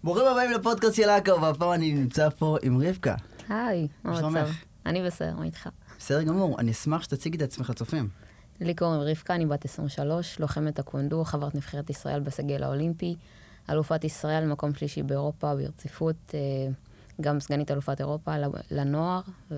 ברוכים הבאים לפודקאסט של אקו, והפעם אני נמצא פה עם רבקה. היי, מה המצב? שלומך? אני בסדר, מה איתך? בסדר גמור, אני אשמח שתציגי את עצמך לצופים. לי קוראים רבקה, אני בת 23, לוחמת טקוונדו, חברת נבחרת ישראל בסגל האולימפי, אלופת ישראל, מקום שלישי באירופה ברציפות, גם סגנית אלופת אירופה לנוער,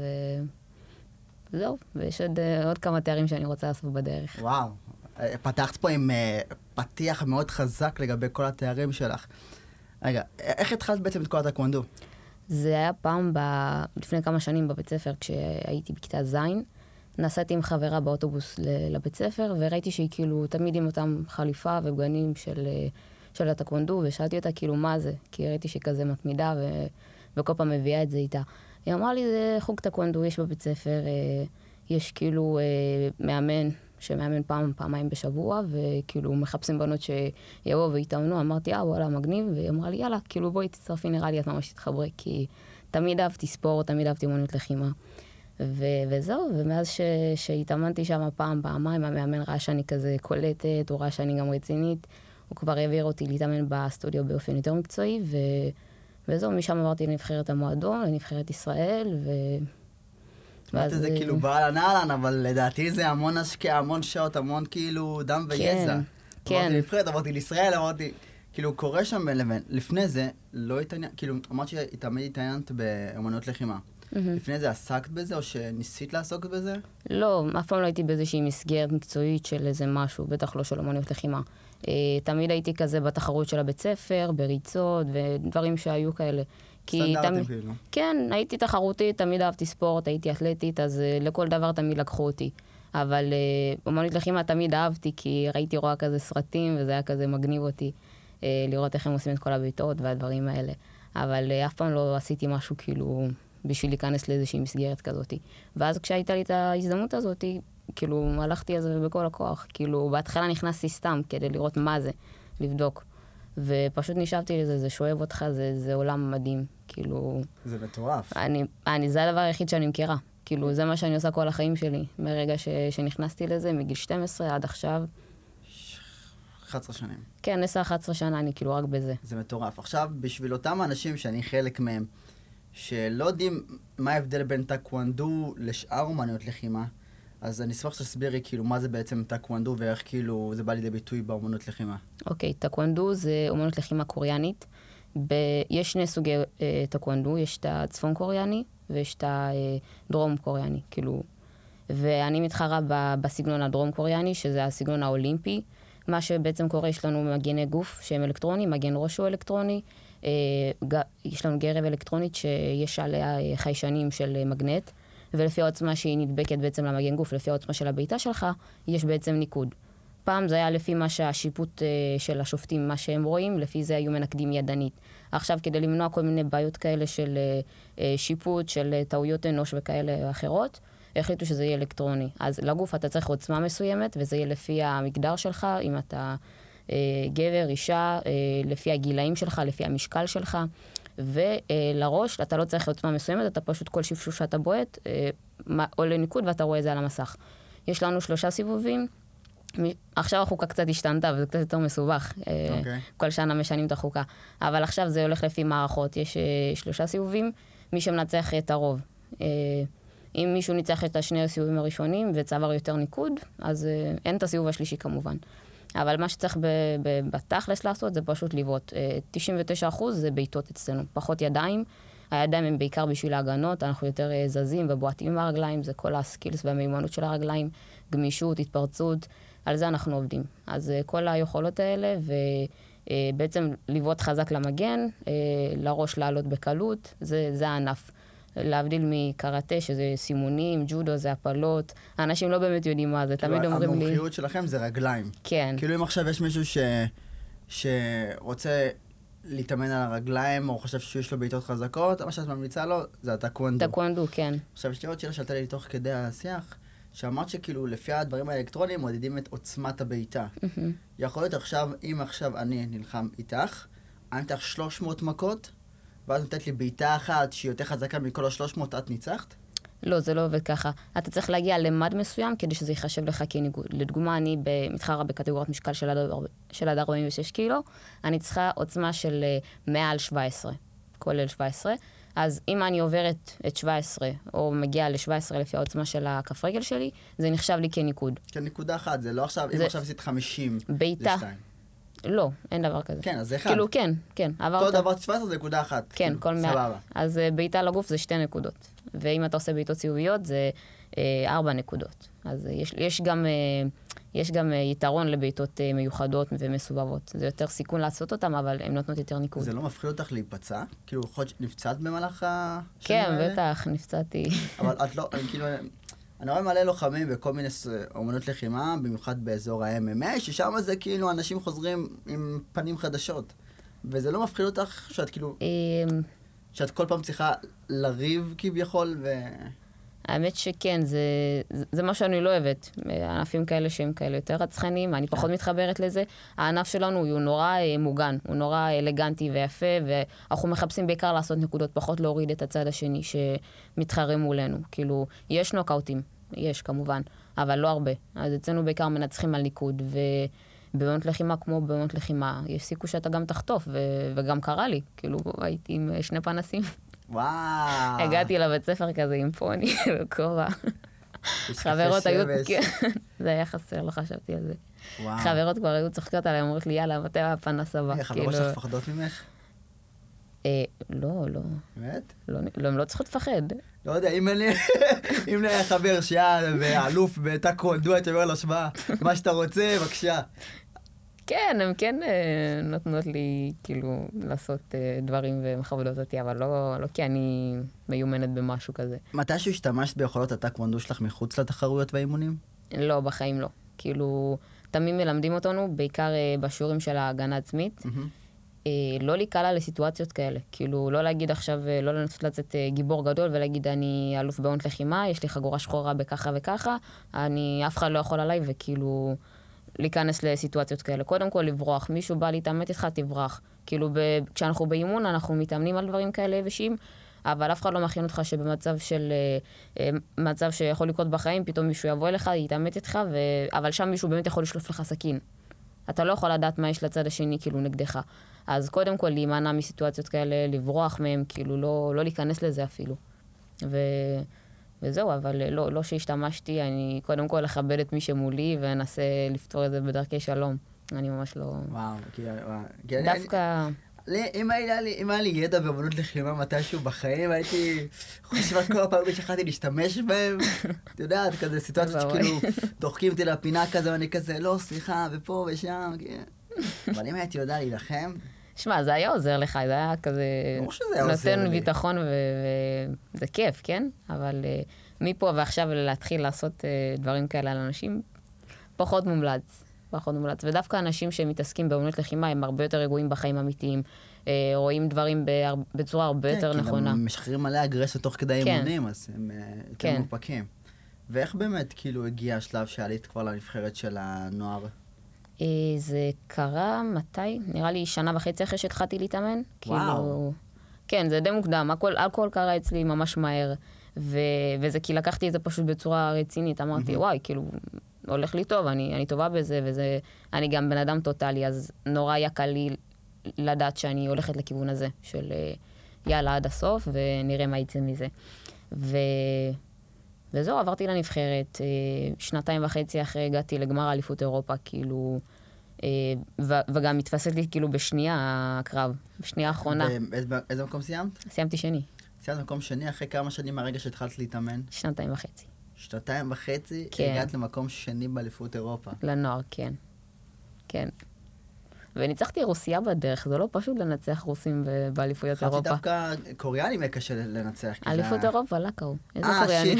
וזהו, ויש עוד כמה תארים שאני רוצה לעשות בדרך. וואו, פתחת פה עם פתיח מאוד חזק לגבי כל התארים שלך. רגע, איך התחלת בעצם את כל הטקוונדו? זה היה פעם, לפני כמה שנים בבית ספר, כשהייתי בכיתה ז', נסעתי עם חברה באוטובוס לבית ספר, וראיתי שהיא כאילו תמיד עם אותם חליפה ובגנים של הטקוונדו, ושאלתי אותה כאילו מה זה, כי ראיתי שהיא כזה מתמידה, וכל פעם מביאה את זה איתה. היא אמרה לי, זה חוג טקוונדו, יש בבית ספר, יש כאילו מאמן, שמאמן פעמיים בשבוע, וכאילו מחפשים בנות שיבואו והתאמנו, אמרתי, וואלה, מגניב, והיא אמרה לי, יאללה, כאילו בואי תצטרפי, נראה לי, את ממש תתחברי, כי תמיד אהבתי ספורט, תמיד אהבתי אמנות לחימה. וזהו, ומאז שהתאמנתי שם פעמיים, המאמן ראה שאני כזה קולטת, הוא ראה שאני גם רצינית, הוא כבר העביר אותי להתאמן בסטודיו באופן יותר מקצועי, וזהו, משם עברתי לנבחרת המועדון, לנבחרת ישראל, שמעת את זה כאילו בעלן אהלן, אבל לדעתי זה המון השקעה, המון שעות, המון כאילו דם ויזע. כן. עברתי לנבחרת, עברתי לישראל, עברתי... כאילו קורה שם בין לבין. לפני זה לא התעניין, כאילו אמרת שתמיד התעניינת באמנות לחימה. לפני זה עסקת בזה או שניסית לעסוק בזה? לא, אף פעם לא הייתי באיזושהי מסגרת מקצועית של איזה משהו, בטח לא של אמנות לחימה. תמיד הייתי כזה בתחרות של הבית ספר, בריצות ודברים שהיו כאלה. סטנדרטים כאילו. כן, הייתי תחרותית, תמיד אהבתי ספורט, הייתי אתלטית, אז לכל דבר תמיד לקחו אותי. אבל אמנות לחימה תמיד אהבתי, כי ראיתי רואה כזה סרטים, וזה היה כזה מגניב אותי לראות איך הם עושים את כל הביתות והדברים האלה. אבל אף פעם לא עשיתי משהו כאילו בשביל להיכנס לאיזושהי מסגרת כזאת. ואז כשהייתה לי את ההזדמנות הזאת, כאילו הלכתי על זה בכל הכוח. כאילו בהתחלה נכנסתי סתם כדי לראות מה זה, לבדוק. ופשוט נשאבתי לזה, זה שואב אותך, זה עולם מדהים. כאילו... זה מטורף. זה הדבר היחיד שאני מכירה. כאילו זה מה שאני עושה כל החיים שלי. מרגע שנכנסתי לזה, מגיל 12 עד עכשיו. 11 שנים. כן, 10-11 שנה אני כאילו רק בזה. זה מטורף. עכשיו, בשביל אותם אנשים שאני חלק מהם, שלא יודעים מה ההבדל בין טקוונדו לשאר אומנויות לחימה, אז אני אשמח שתסבירי כאילו מה זה בעצם טקוונדו ואיך כאילו זה בא לידי ביטוי באומנות לחימה. אוקיי, טקוונדו זה אומנות לחימה קוריאנית. יש שני סוגי טקוונדו, יש את הצפון קוריאני ויש את הדרום קוריאני, כאילו. ואני מתחרה בסגנון הדרום קוריאני, שזה הסגנון האולימפי. מה שבעצם קורה, יש לנו מגני גוף שהם אלקטרונים, מגן ראש הוא אלקטרוני, יש לנו גרב אלקטרונית שיש עליה חיישנים של מגנט, ולפי העוצמה שהיא נדבקת בעצם למגן גוף, לפי העוצמה של הביתה שלך, יש בעצם ניקוד. פעם זה היה לפי מה שהשיפוט של השופטים, מה שהם רואים, לפי זה היו מנקדים ידנית. עכשיו, כדי למנוע כל מיני בעיות כאלה של שיפוט, של טעויות אנוש וכאלה אחרות, החליטו שזה יהיה אלקטרוני. אז לגוף אתה צריך עוצמה מסוימת, וזה יהיה לפי המגדר שלך, אם אתה גבר, אישה, לפי הגילאים שלך, לפי המשקל שלך, ולראש אתה לא צריך עוצמה מסוימת, אתה פשוט כל שפשוש שאתה בועט, עולה ניקוד ואתה רואה את זה על המסך. יש לנו 3 סיבובים, עכשיו החוקה קצת השתנתה, וזה קצת יותר מסובך. כל שנה משנים את החוקה. אבל עכשיו זה הולך לפי מערכות. יש 3 סיבובים, מי שמנצח את הרוב. אם מישהו ניצח את השני הסיבובים הראשונים וצבר יותר ניקוד, אז אין את הסיבוב השלישי כמובן. אבל מה שצריך בתכלס לעשות זה פשוט לבעוט. 99% זה בעיטות אצלנו, פחות ידיים. הידיים הם בעיקר בשביל ההגנות, אנחנו יותר זזים ובועטים עם הרגליים, זה כל הסקילס והמיומנות של הרגליים, גמישות, התפרצות, על זה אנחנו עובדים. אז כל היכולות האלה, ובעצם לבעוט חזק למגן, לראש לעלות בקלות, זה הענף. להבדיל מקראטה, שזה סימונים, ג'ודו, זה הפלות. האנשים לא באמת יודעים מה זה, תמיד אומרים לי... המומחיות שלכם זה רגליים. כן. כאילו אם עכשיו יש מישהו שרוצה להתאמן על הרגליים, או חושב שיש לו בעיטות חזקות, מה שאת ממליצה לו, זה הטקוונדו. טקוונדו, כן. עכשיו, יש לי עוד שאלה שעלתה לי תוך כדי השיח, שאמרת שכאילו לפי הדברים האלקטרוניים מודדים את עוצמת הבעיטה. יכול להיות עכשיו, אם עכשיו אני נלחם איתך, אני נתך 300 מכות, ואז נתת לי בעיטה אחת שהיא יותר חזקה מכל ה-300, את ניצחת? לא, זה לא עובד ככה. אתה צריך להגיע למד מסוים כדי שזה ייחשב לך כניגוד. לדוגמה, אני מתחרה בקטגוריית משקל של עד 46 קילו, אני צריכה עוצמה של מעל 17, כולל 17. אז אם אני עוברת את 17, או מגיעה ל-17 לפי העוצמה של הכף רגל שלי, זה נחשב לי כניקוד. כנקודה אחת, זה לא עכשיו, אם עכשיו עשית 50, בעיטה. זה 2. לא, אין דבר כזה. כן, אז זה 1. כאילו, כן, עברת. אותו דבר 17 זה נקודה אחת. כן, כאילו, כל סבבה. אז בעיטה לגוף זה 2 נקודות. ואם אתה עושה בעיטות סיבוביות זה 4 נקודות. אז יש גם יתרון לבעיטות מיוחדות ומסובבות. זה יותר סיכון לעשות אותם, אבל הן נותנות יותר ניקוד. זה לא מפחיד אותך להיפצע? כאילו, נפצעת במהלך השנים כן, האלה? בטח, נפצעתי. אבל את לא, כאילו, אני רואה מלא לוחמים בכל מיני אומנות לחימה, במיוחד באזור ה-MMA, ששם זה כאילו אנשים חוזרים עם פנים חדשות. וזה לא מפחיד אותך שאת כאילו, שאת כל פעם צריכה לריב כביכול האמת שכן, זה מה שאני לא אוהבת. ענפים כאלה שהם כאלה יותר רצחניים, אני פחות מתחברת לזה. הענף שלנו הוא נורא מוגן, הוא נורא אלגנטי ויפה, ואנחנו מחפשים בעיקר לעשות נקודות, פחות להוריד את הצד השני שמתחרים מולנו. כאילו, יש נוקאוטים, יש כמובן, אבל לא הרבה. אז אצלנו בעיקר מנצחים על ניקוד, ובאמנות לחימה כמו באמנות לחימה, יש סיכוי שאתה גם תחטוף, וגם קרה לי. כאילו, הייתי עם 2 פנסים. וואו. הגעתי לבית ספר כזה עם פוני וכובע. חברות היו... זה היה חסר, לא חשבתי על זה. חברות כבר היו צוחקות עליי, אומרות לי, יאללה, מתי הפנס הבא? חברות שלך מפחדות ממך? לא. באמת? לא, הם לא צריכות לפחד. לא יודע, אם לי היה חבר שהיה ואלוף בטקוונדו, אתה אומר לו, שמע, מה שאתה רוצה, בבקשה. כן, הם כן נותנות לי כאילו לעשות דברים ומכבדות אותי, אבל לא כי אני מיומנת במשהו כזה. מתישהו השתמשת ביכולות הטקוונדו שלך מחוץ לתחרויות והאימונים? לא, בחיים לא. כאילו, תמיד מלמדים אותנו, בעיקר בשיעורים של ההגנה עצמית, לא להיקלע לסיטואציות כאלה. כאילו, לא להגיד עכשיו, לא לנסות לצאת גיבור גדול ולהגיד, אני אלוף באמנות לחימה, יש לי חגורה שחורה בככה וככה, אף אחד לא יכול עליי, וכאילו להיכנס לסיטואציות כאלה. קודם כל, לברוח. מישהו בא להתאמת איתך, תברח. כאילו, כשאנחנו באימון, אנחנו מתאמנים על דברים כאלה יבשים, אבל אף אחד לא מכין אותך שבמצב של, מצב שיכול לקרות בחיים, פתאום מישהו יבוא אליך, יתאמת איתך, אבל שם מישהו באמת יכול לשלוף לך סכין. אתה לא יכול לדעת מה יש לצד השני, כאילו, נגדך. אז קודם כל, להימנע מסיטואציות כאלה, לברוח מהם, כאילו, לא להיכנס לזה אפילו. וזהו, אבל לא שהשתמשתי, אני קודם כל אכבד את מי שמולי, ואנסה לפתור את זה בדרכי שלום. אני ממש לא... וואו, דווקא... אם היה לי ידע באמנות לחימה מתישהו בחיים, הייתי חושב על כל הפעמים שיכולתי להשתמש בהם. אתה יודעת, כזה סיטואציות שכאילו דוחקים אותי לפינה כזה, ואני כזה, לא, סליחה, ופה ושם. אבל אם הייתי יודע להילחם... שמע, זה היה עוזר לך, זה היה כזה... נותן ביטחון וזה כיף, כן? אבל מפה ועכשיו להתחיל לעשות דברים כאלה על אנשים, פחות מומלץ. ודווקא אנשים שמתעסקים באמנות לחימה הם הרבה יותר רגועים בחיים אמיתיים, רואים דברים בצורה הרבה יותר נכונה. כן, כי הם משחררים מלא אגרסיה תוך כדי אימונים, אז הם יותר מופקים. ואיך באמת כאילו הגיע השלב שעלית כבר לנבחרת של הנוער? זה קרה מתי? נראה לי 1.5 שנה אחרי שהתחלתי להתאמן. וואו. כן, זה די מוקדם. הכל קרה אצלי ממש מהר. וזה כי לקחתי את זה פשוט בצורה רצינית. אמרתי, וואי, כאילו... הולך לי טוב, אני טובה בזה, אני גם בן אדם טוטלי, אז נורא היה קל לי לדעת שאני הולכת לכיוון הזה, של יאללה עד הסוף, ונראה מה יצא מזה. וזהו, עברתי לנבחרת, 2.5 אחרי הגעתי לגמר אליפות אירופה, כאילו, וגם התפסתי כאילו בשנייה הקרב, בשנייה האחרונה. באיזה מקום סיימת? סיימתי שני. סיימת מקום שני אחרי כמה שנים מהרגע שהתחלת להתאמן? 2.5. 2.5, הגעת למקום שני באליפות אירופה. לנוער, כן. כן. וניצחתי רוסיה בדרך, זה לא פשוט לנצח רוסים באליפויות אירופה. חשבתי דווקא קוריאנים יהיה קשה לנצח. אליפות אירופה, לקאו. איזה קוריאנים?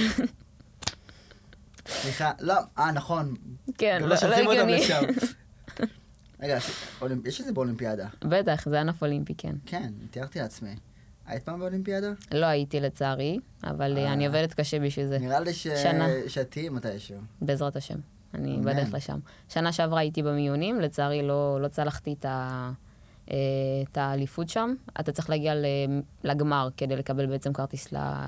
סליחה, לא, נכון. כן, לא הגיוני. רגע, יש את זה באולימפיאדה? בטח, זה ענף אולימפי, כן. כן, תיארתי לעצמי. היית פעם באולימפיאדה? לא הייתי לצערי, אבל אני עובדת קשה בשביל זה. נראה לי שתהיי מתישהו. בעזרת השם, אני בדרך לשם. שנה שעברה הייתי במיונים, לצערי לא צלחתי את האליפות שם. אתה צריך להגיע לגמר כדי לקבל בעצם כרטיס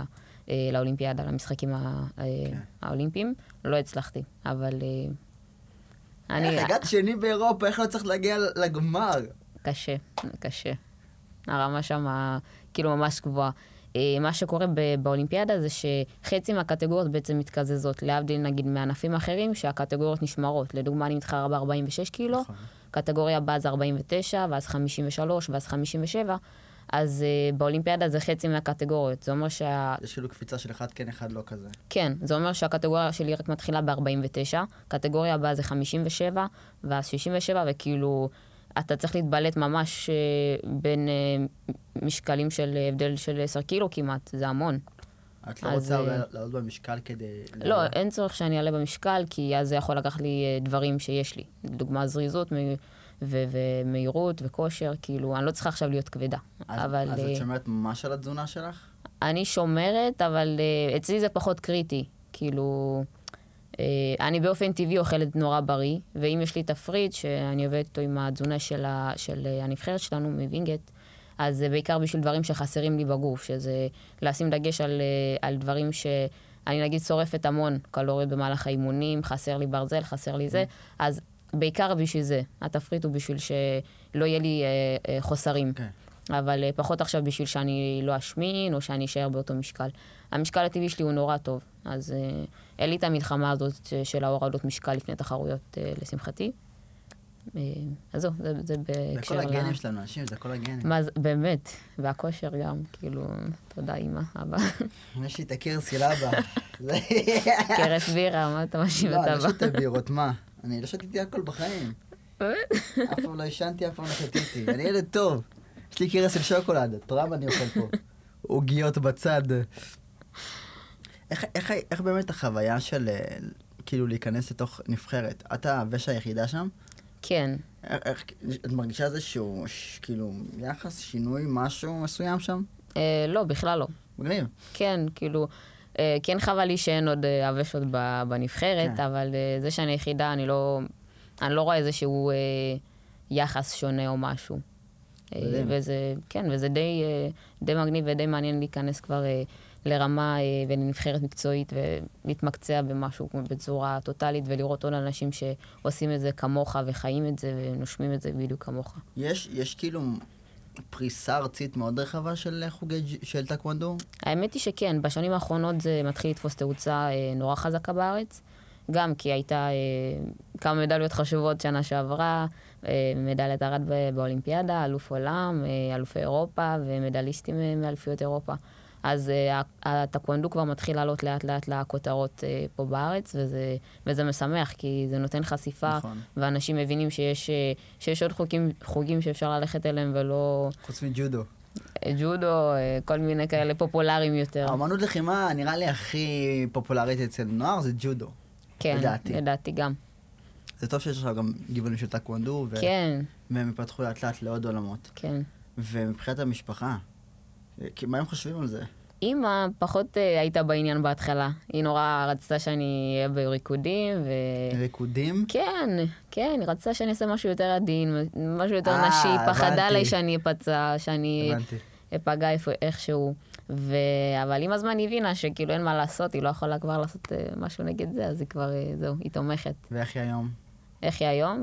לאולימפיאדה, למשחקים האולימפיים. לא הצלחתי, אבל איך הגעת שני באירופה, איך לא צריך להגיע לגמר? קשה, קשה. הרמה שם כאילו ממש גבוהה. מה שקורה באולימפיאדה זה שחצי מהקטגוריות בעצם מתקזזות, להבדיל נגיד מענפים אחרים שהקטגוריות נשמרות. לדוגמה, אני מתחרה ב-46 קילו, קטגוריה הבאה זה 49, ואז 53, ואז 57, אז באולימפיאדה זה חצי מהקטגוריות. זה אומר יש כאילו קפיצה של אחד כן, אחד לא כזה. כן, זה אומר שהקטגוריה שלי רק מתחילה ב-49, קטגוריה הבאה זה 57, ואז 67, וכאילו אתה צריך להתבלט ממש בין משקלים של הבדל של 10 קילו כמעט, זה המון. את לא רוצה לעלות במשקל כדי... לא, אין צורך שאני אעלה במשקל, כי אז זה יכול לקחת לי דברים שיש לי. לדוגמה, זריזות ומהירות וכושר, כאילו, אני לא צריכה עכשיו להיות כבדה. אז את שומרת ממש על התזונה שלך? אני שומרת, אבל אצלי זה פחות קריטי. כאילו, אני באופן טבעי אוכלת נורא בריא, ואם יש לי תפריט שאני עובדת אותו עם התזונה של הנבחרת שלנו מווינגט, אז זה בעיקר בשביל דברים שחסרים לי בגוף, שזה לשים דגש על דברים שאני נגיד שורפת המון קלוריות במהלך האימונים, חסר לי ברזל, חסר לי זה, אז בעיקר בשביל זה. התפריט הוא בשביל שלא יהיה לי חוסרים. אבל פחות עכשיו בשביל שאני לא אשמין או שאני אשאר באותו משקל. המשקל הטבעי שלי הוא נורא טוב, אז אין לי את המלחמה הזאת של ההורדות משקל לפני תחרויות לשמחתי. אז זהו, זה בהקשר... זה כל הגנים שלנו, אנשים, זה כל הגנים. מה זה, באמת, והכושר גם, כאילו, תודה אמא, אבא. יש לי את הקרס של אבא. קרס בירה, מה אתה משאיר את אבא? לא, אני שותה בירות, מה? אני לא שתיתי הכל בחיים. אף פעם לא ישנתי, אף פעם לא שתיתי. אני ילד טוב. יש לי קרס של שוקולד, טראם אני אוכל פה. עוגיות בצד. איך באמת החוויה של כאילו להיכנס לתוך נבחרת? אתה הוושע היחידה שם? כן. את מרגישה איזשהו, כאילו, יחס, שינוי, משהו מסוים שם? לא, בכלל לא. מגניב. כן, כאילו, כן חבל לי שאין עוד הוושעות בנבחרת, אבל זה שאני היחידה, אני לא רואה איזשהו יחס שונה או משהו. וזה, כן, וזה די מגניב ודי מעניין להיכנס כבר לרמה ולנבחרת מקצועית ולהתמקצע במשהו בצורה טוטלית ולראות עוד אנשים שעושים את זה כמוך וחיים את זה ונושמים את זה בדיוק כמוך. יש כאילו פריסה ארצית מאוד רחבה של חוגי של טקוונדו? האמת היא שכן, בשנים האחרונות זה מתחיל לתפוס תאוצה נורא חזקה בארץ, גם כי הייתה כמה מדליות חשובות שנה שעברה, מדליית ארד באולימפיאדה, אלוף עולם, אלוף אירופה ומדליסטים מאלפיות אירופה. אז הטקוונדו כבר מתחיל לעלות לאט לאט לכותרות פה בארץ, וזה משמח, כי זה נותן חשיפה, נכון. ואנשים מבינים שיש עוד חוגים שאפשר ללכת אליהם ולא... חוץ מג'ודו. ג'ודו, כל מיני כאלה פופולריים יותר. האמנות לחימה נראה לי הכי פופולרית אצל נוער זה ג'ודו. כן, לדעתי גם. זה טוב שיש עכשיו גם גיוונים של טקוונדו, כן. והם יפתחו לאט לאט לעוד עולמות. כן. ומבחינת המשפחה, מה הם חושבים על זה? אמא פחות הייתה בעניין בהתחלה. היא נורא רצתה שאני אהיה בריקודים ריקודים? כן, כן, היא רצתה שאני אעשה משהו יותר עדין, משהו יותר נשי, פחדה עליי שאני אפצע, שאני אפגע איכשהו. אבל עם הזמן היא הבינה שכאילו אין מה לעשות, היא לא יכולה כבר לעשות משהו נגד זה, אז היא כבר, זהו, היא תומכת. ואיך היא היום? איך היא היום?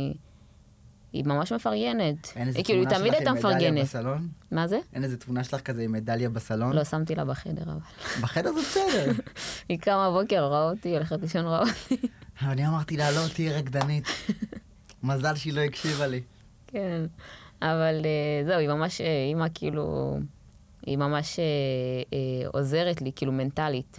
היא ממש מפרגנת. אין איזה תמונה שלך עם מדליה בסלון? מה זה? אין איזה תמונה שלך כזה עם מדליה בסלון? לא, שמתי לה בחדר, אבל... בחדר זה בסדר. היא קמה בוקר, ראה אותי, הולכת לישון, ראה אותי. אני אמרתי לה, לא, תהיה רקדנית. מזל שהיא לא הקשיבה לי. כן, אבל זהו, היא ממש, אימא כאילו, היא ממש עוזרת לי, כאילו מנטלית.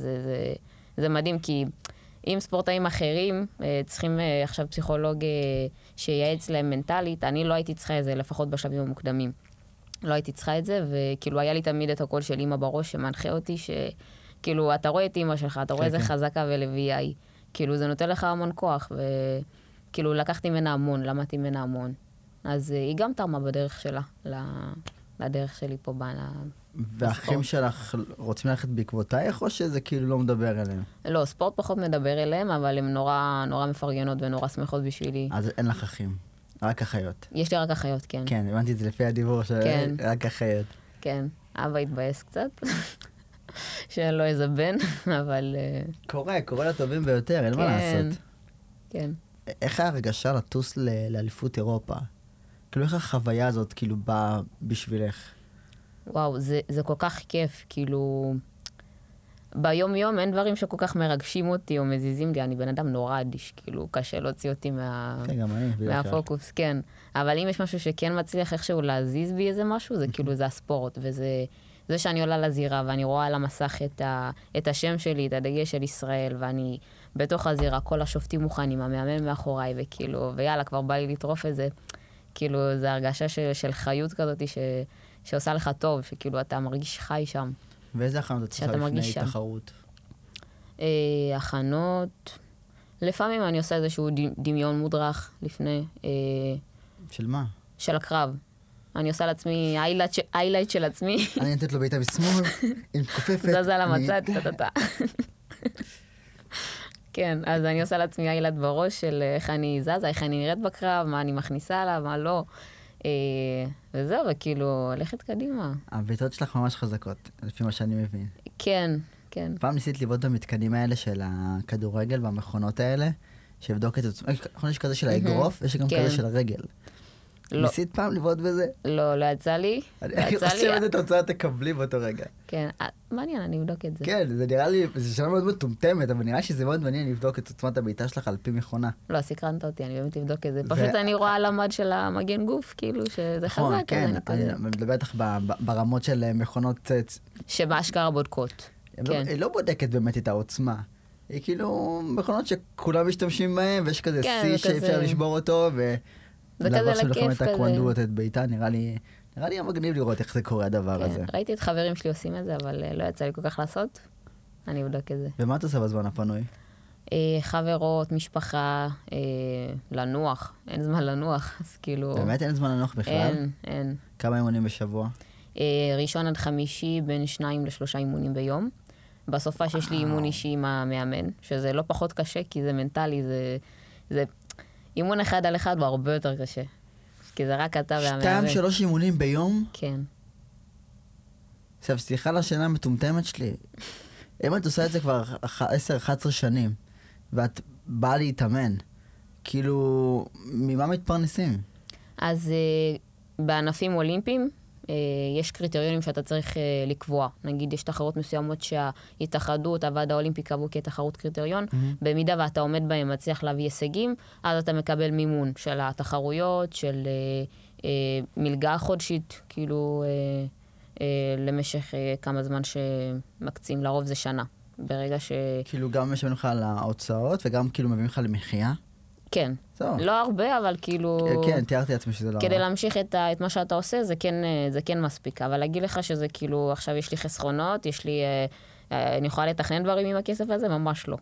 זה מדהים, כי... אם ספורטאים אחרים צריכים עכשיו פסיכולוג שייעץ להם מנטלית, אני לא הייתי צריכה את זה, לפחות בשלבים המוקדמים. לא הייתי צריכה את זה, וכאילו היה לי תמיד את הקול של אמא בראש שמנחה אותי, שכאילו אתה רואה את אמא שלך, אתה רואה איזה חזקה ולביאה היא. כאילו זה נותן לך המון כוח, וכאילו לקחתי ממנה המון, למדתי ממנה המון. אז היא גם תרמה בדרך שלה, לדרך שלי פה והאחים שלך רוצים ללכת בעקבותייך, או שזה כאילו לא מדבר אליהם? לא, ספורט פחות מדבר אליהם, אבל הן נורא מפרגנות ונורא שמחות בשבילי. אז אין לך אחים, רק אחיות. יש לי רק אחיות, כן. כן, הבנתי את זה לפי הדיבור של רק אחיות. כן, אבא התבאס קצת. שאין לו איזה בן, אבל... קורה לטובים ביותר, אין מה לעשות. כן. איך ההרגשה לטוס לאליפות אירופה? כאילו, איך החוויה הזאת כאילו באה בשבילך? וואו, זה כל כך כיף, כאילו... ביום יום אין דברים שכל כך מרגשים אותי או מזיזים לי, אני בן אדם נורא אדיש, כאילו קשה להוציא אותי מהפוקוס, כן. אבל אם יש משהו שכן מצליח איכשהו להזיז בי איזה משהו, זה כאילו זה הספורט, וזה שאני עולה לזירה ואני רואה על המסך את השם שלי, את הדגש של ישראל, ואני בתוך הזירה, כל השופטים מוכנים, המאמן מאחוריי, וכאילו, ויאללה, כבר בא לי לטרוף את זה, כאילו, זה הרגשה של חיות כזאת שעושה לך טוב, שכאילו אתה מרגיש חי שם. ואיזה הכנות את עושה לפני תחרות? הכנות... לפעמים אני עושה איזשהו דמיון מודרך לפני... של מה? של הקרב. אני עושה לעצמי איילייט של עצמי. אני נתת לו בעיטה בשמאל, עם כופפת. זזה למצד, טטטה. כן, אז אני עושה לעצמי איילייט בראש של איך אני זזה, איך אני נראית בקרב, מה אני מכניסה עליו, מה לא. וזהו, וכאילו, הולכת קדימה. הבעיטות שלך ממש חזקות, לפי מה שאני מבין. כן, כן. פעם ניסית לבעוט במתקנים האלה של הכדורגל, במכונות האלה, שיבדוק את עצמו. יש כזה של האגרוף, יש גם כזה של הרגל. ניסית פעם לבעוט בזה? לא יצא לי. אני חושב איזה תוצאה תקבלי באותו רגע. כן, מעניין, אני אבדוק את זה. כן, זה נראה לי, זה שאלה מאוד מטומטמת, אבל נראה שזה מאוד מעניין לבדוק את עוצמת הבעיטה שלך על פי מכונה. לא, סקרנת אותי, אני באמת אבדוק את זה. פשוט אני רואה על המד של המגן גוף, כאילו, שזה חזק. כן, אני מדבר איתך ברמות של מכונות... שבאשכרה בודקות. היא לא בודקת באמת את העוצמה. היא כאילו מכונות שכולם משתמשים בהן, ויש כזה שיא שאפשר לשבור אותו, וכזה לכיף כזה. טאקוונדו לתת בעיטה, נראה לי מגניב לראות איך זה קורה הדבר הזה. ראיתי את חברים שלי עושים את זה, אבל לא יצא לי כל כך לעשות. אני אבדוק את זה. ומה אתה עושה בזמן הפנוי? חברות, משפחה, לנוח. אין זמן לנוח, אז כאילו... באמת אין זמן לנוח בכלל? אין. כמה אימונים בשבוע? ראשון עד חמישי, בין 2 ל3 אימונים ביום. בסופה שיש לי אימון אישי עם המאמן, שזה לא פחות קשה, כי זה מנטלי, זה... אימון 1 על 1 הוא הרבה יותר קשה. כי זה רק אתה והמאמן. 2-3 אימונים ביום? כן. עכשיו, סליחה לשאלה המטומטמת שלי. אם את עושה את זה כבר 10-11 שנים, ואת באה להתאמן, כאילו, ממה מתפרנסים? אז בענפים אולימפיים, יש קריטריונים שאתה צריך לקבוע. נגיד, יש תחרות מסוימות שההתאחדות, הוועד האולימפי קבעו כתחרות קריטריון. במידה ואתה עומד בהם, מצליח להביא הישגים, אז אתה מקבל מימון של התחרויות, של מלגה חודשית, כאילו, למשך כמה זמן שמקצים. לרוב זה שנה. ברגע כאילו, גם משלמים לך על ההוצאות, וגם כאילו מביאים לך למחיה? כן. לא הרבה, אבל כאילו... כן, תיארתי לעצמי שזה לא... כדי להמשיך את מה שאתה עושה, זה כן מספיק. אבל להגיד לך שזה כאילו, עכשיו יש לי חסכונות, אני יכולה לתכנן דברים עם הכסף הזה? ממש לא.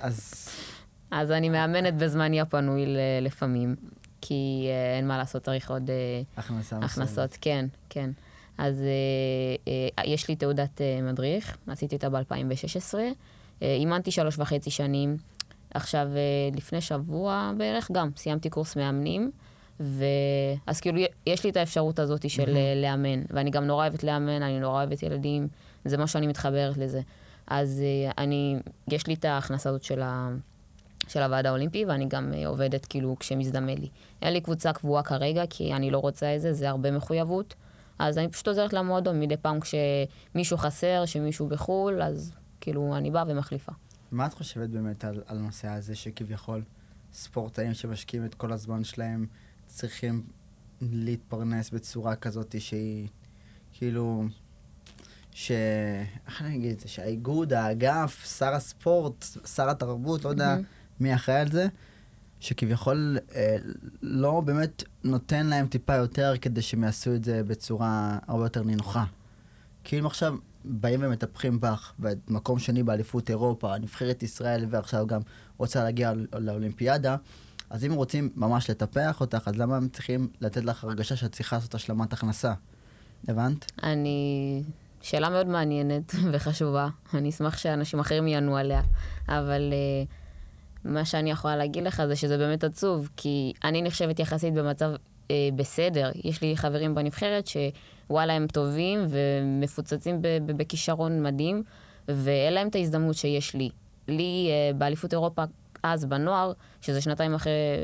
אז אני מאמנת בזמני הפנוי לפעמים, כי אין מה לעשות, צריך עוד הכנסות. כן, כן. אז יש לי תעודת מדריך, עשיתי אותה ב-2016. אימנתי 3.5 שנים. עכשיו, לפני שבוע בערך גם, סיימתי קורס מאמנים, אז כאילו, יש לי את האפשרות הזאת של לאמן, ואני גם נורא אוהבת לאמן, אני נורא אוהבת ילדים, זה מה שאני מתחברת לזה. אז יש לי את ההכנסה הזאת של הוועד האולימפי, ואני גם עובדת כאילו כשמזדמן לי. אין לי קבוצה קבועה כרגע, כי אני לא רוצה את זה, זה הרבה מחויבות, אז אני פשוט עוזרת למועדון מדי פעם כשמישהו חסר, שמישהו בחול, אז כאילו אני באה ומחליפה. מה את חושבת באמת על הנושא הזה שכביכול ספורטאים שמשקיעים את כל הזמן שלהם צריכים להתפרנס בצורה כזאת שהיא כאילו איך אני אגיד את זה? שהאיגוד, האגף, שר הספורט, שר התרבות, לא יודע מי אחראי על זה, שכביכול לא באמת נותן להם טיפה יותר כדי שהם יעשו את זה בצורה הרבה יותר נינוחה. כאילו עכשיו באים ומטפחים בך, במקום שני באליפות אירופה, נבחרת ישראל, ועכשיו גם רוצה להגיע לאולימפיאדה, אז אם רוצים ממש לטפח אותך, אז למה הם צריכים לתת לך הרגשה שאת צריכה לעשות השלמת הכנסה? הבנת? שאלה מאוד מעניינת וחשובה. אני אשמח שאנשים אחרים יענו עליה. אבל מה שאני יכולה להגיד לך זה שזה באמת עצוב, כי אני נחשבת יחסית במצב בסדר. יש לי חברים בנבחרת וואלה, הם טובים ומפוצצים בכישרון מדהים, ואין להם את ההזדמנות שיש לי. לי, באליפות אירופה, אז בנוער, שזה שנתיים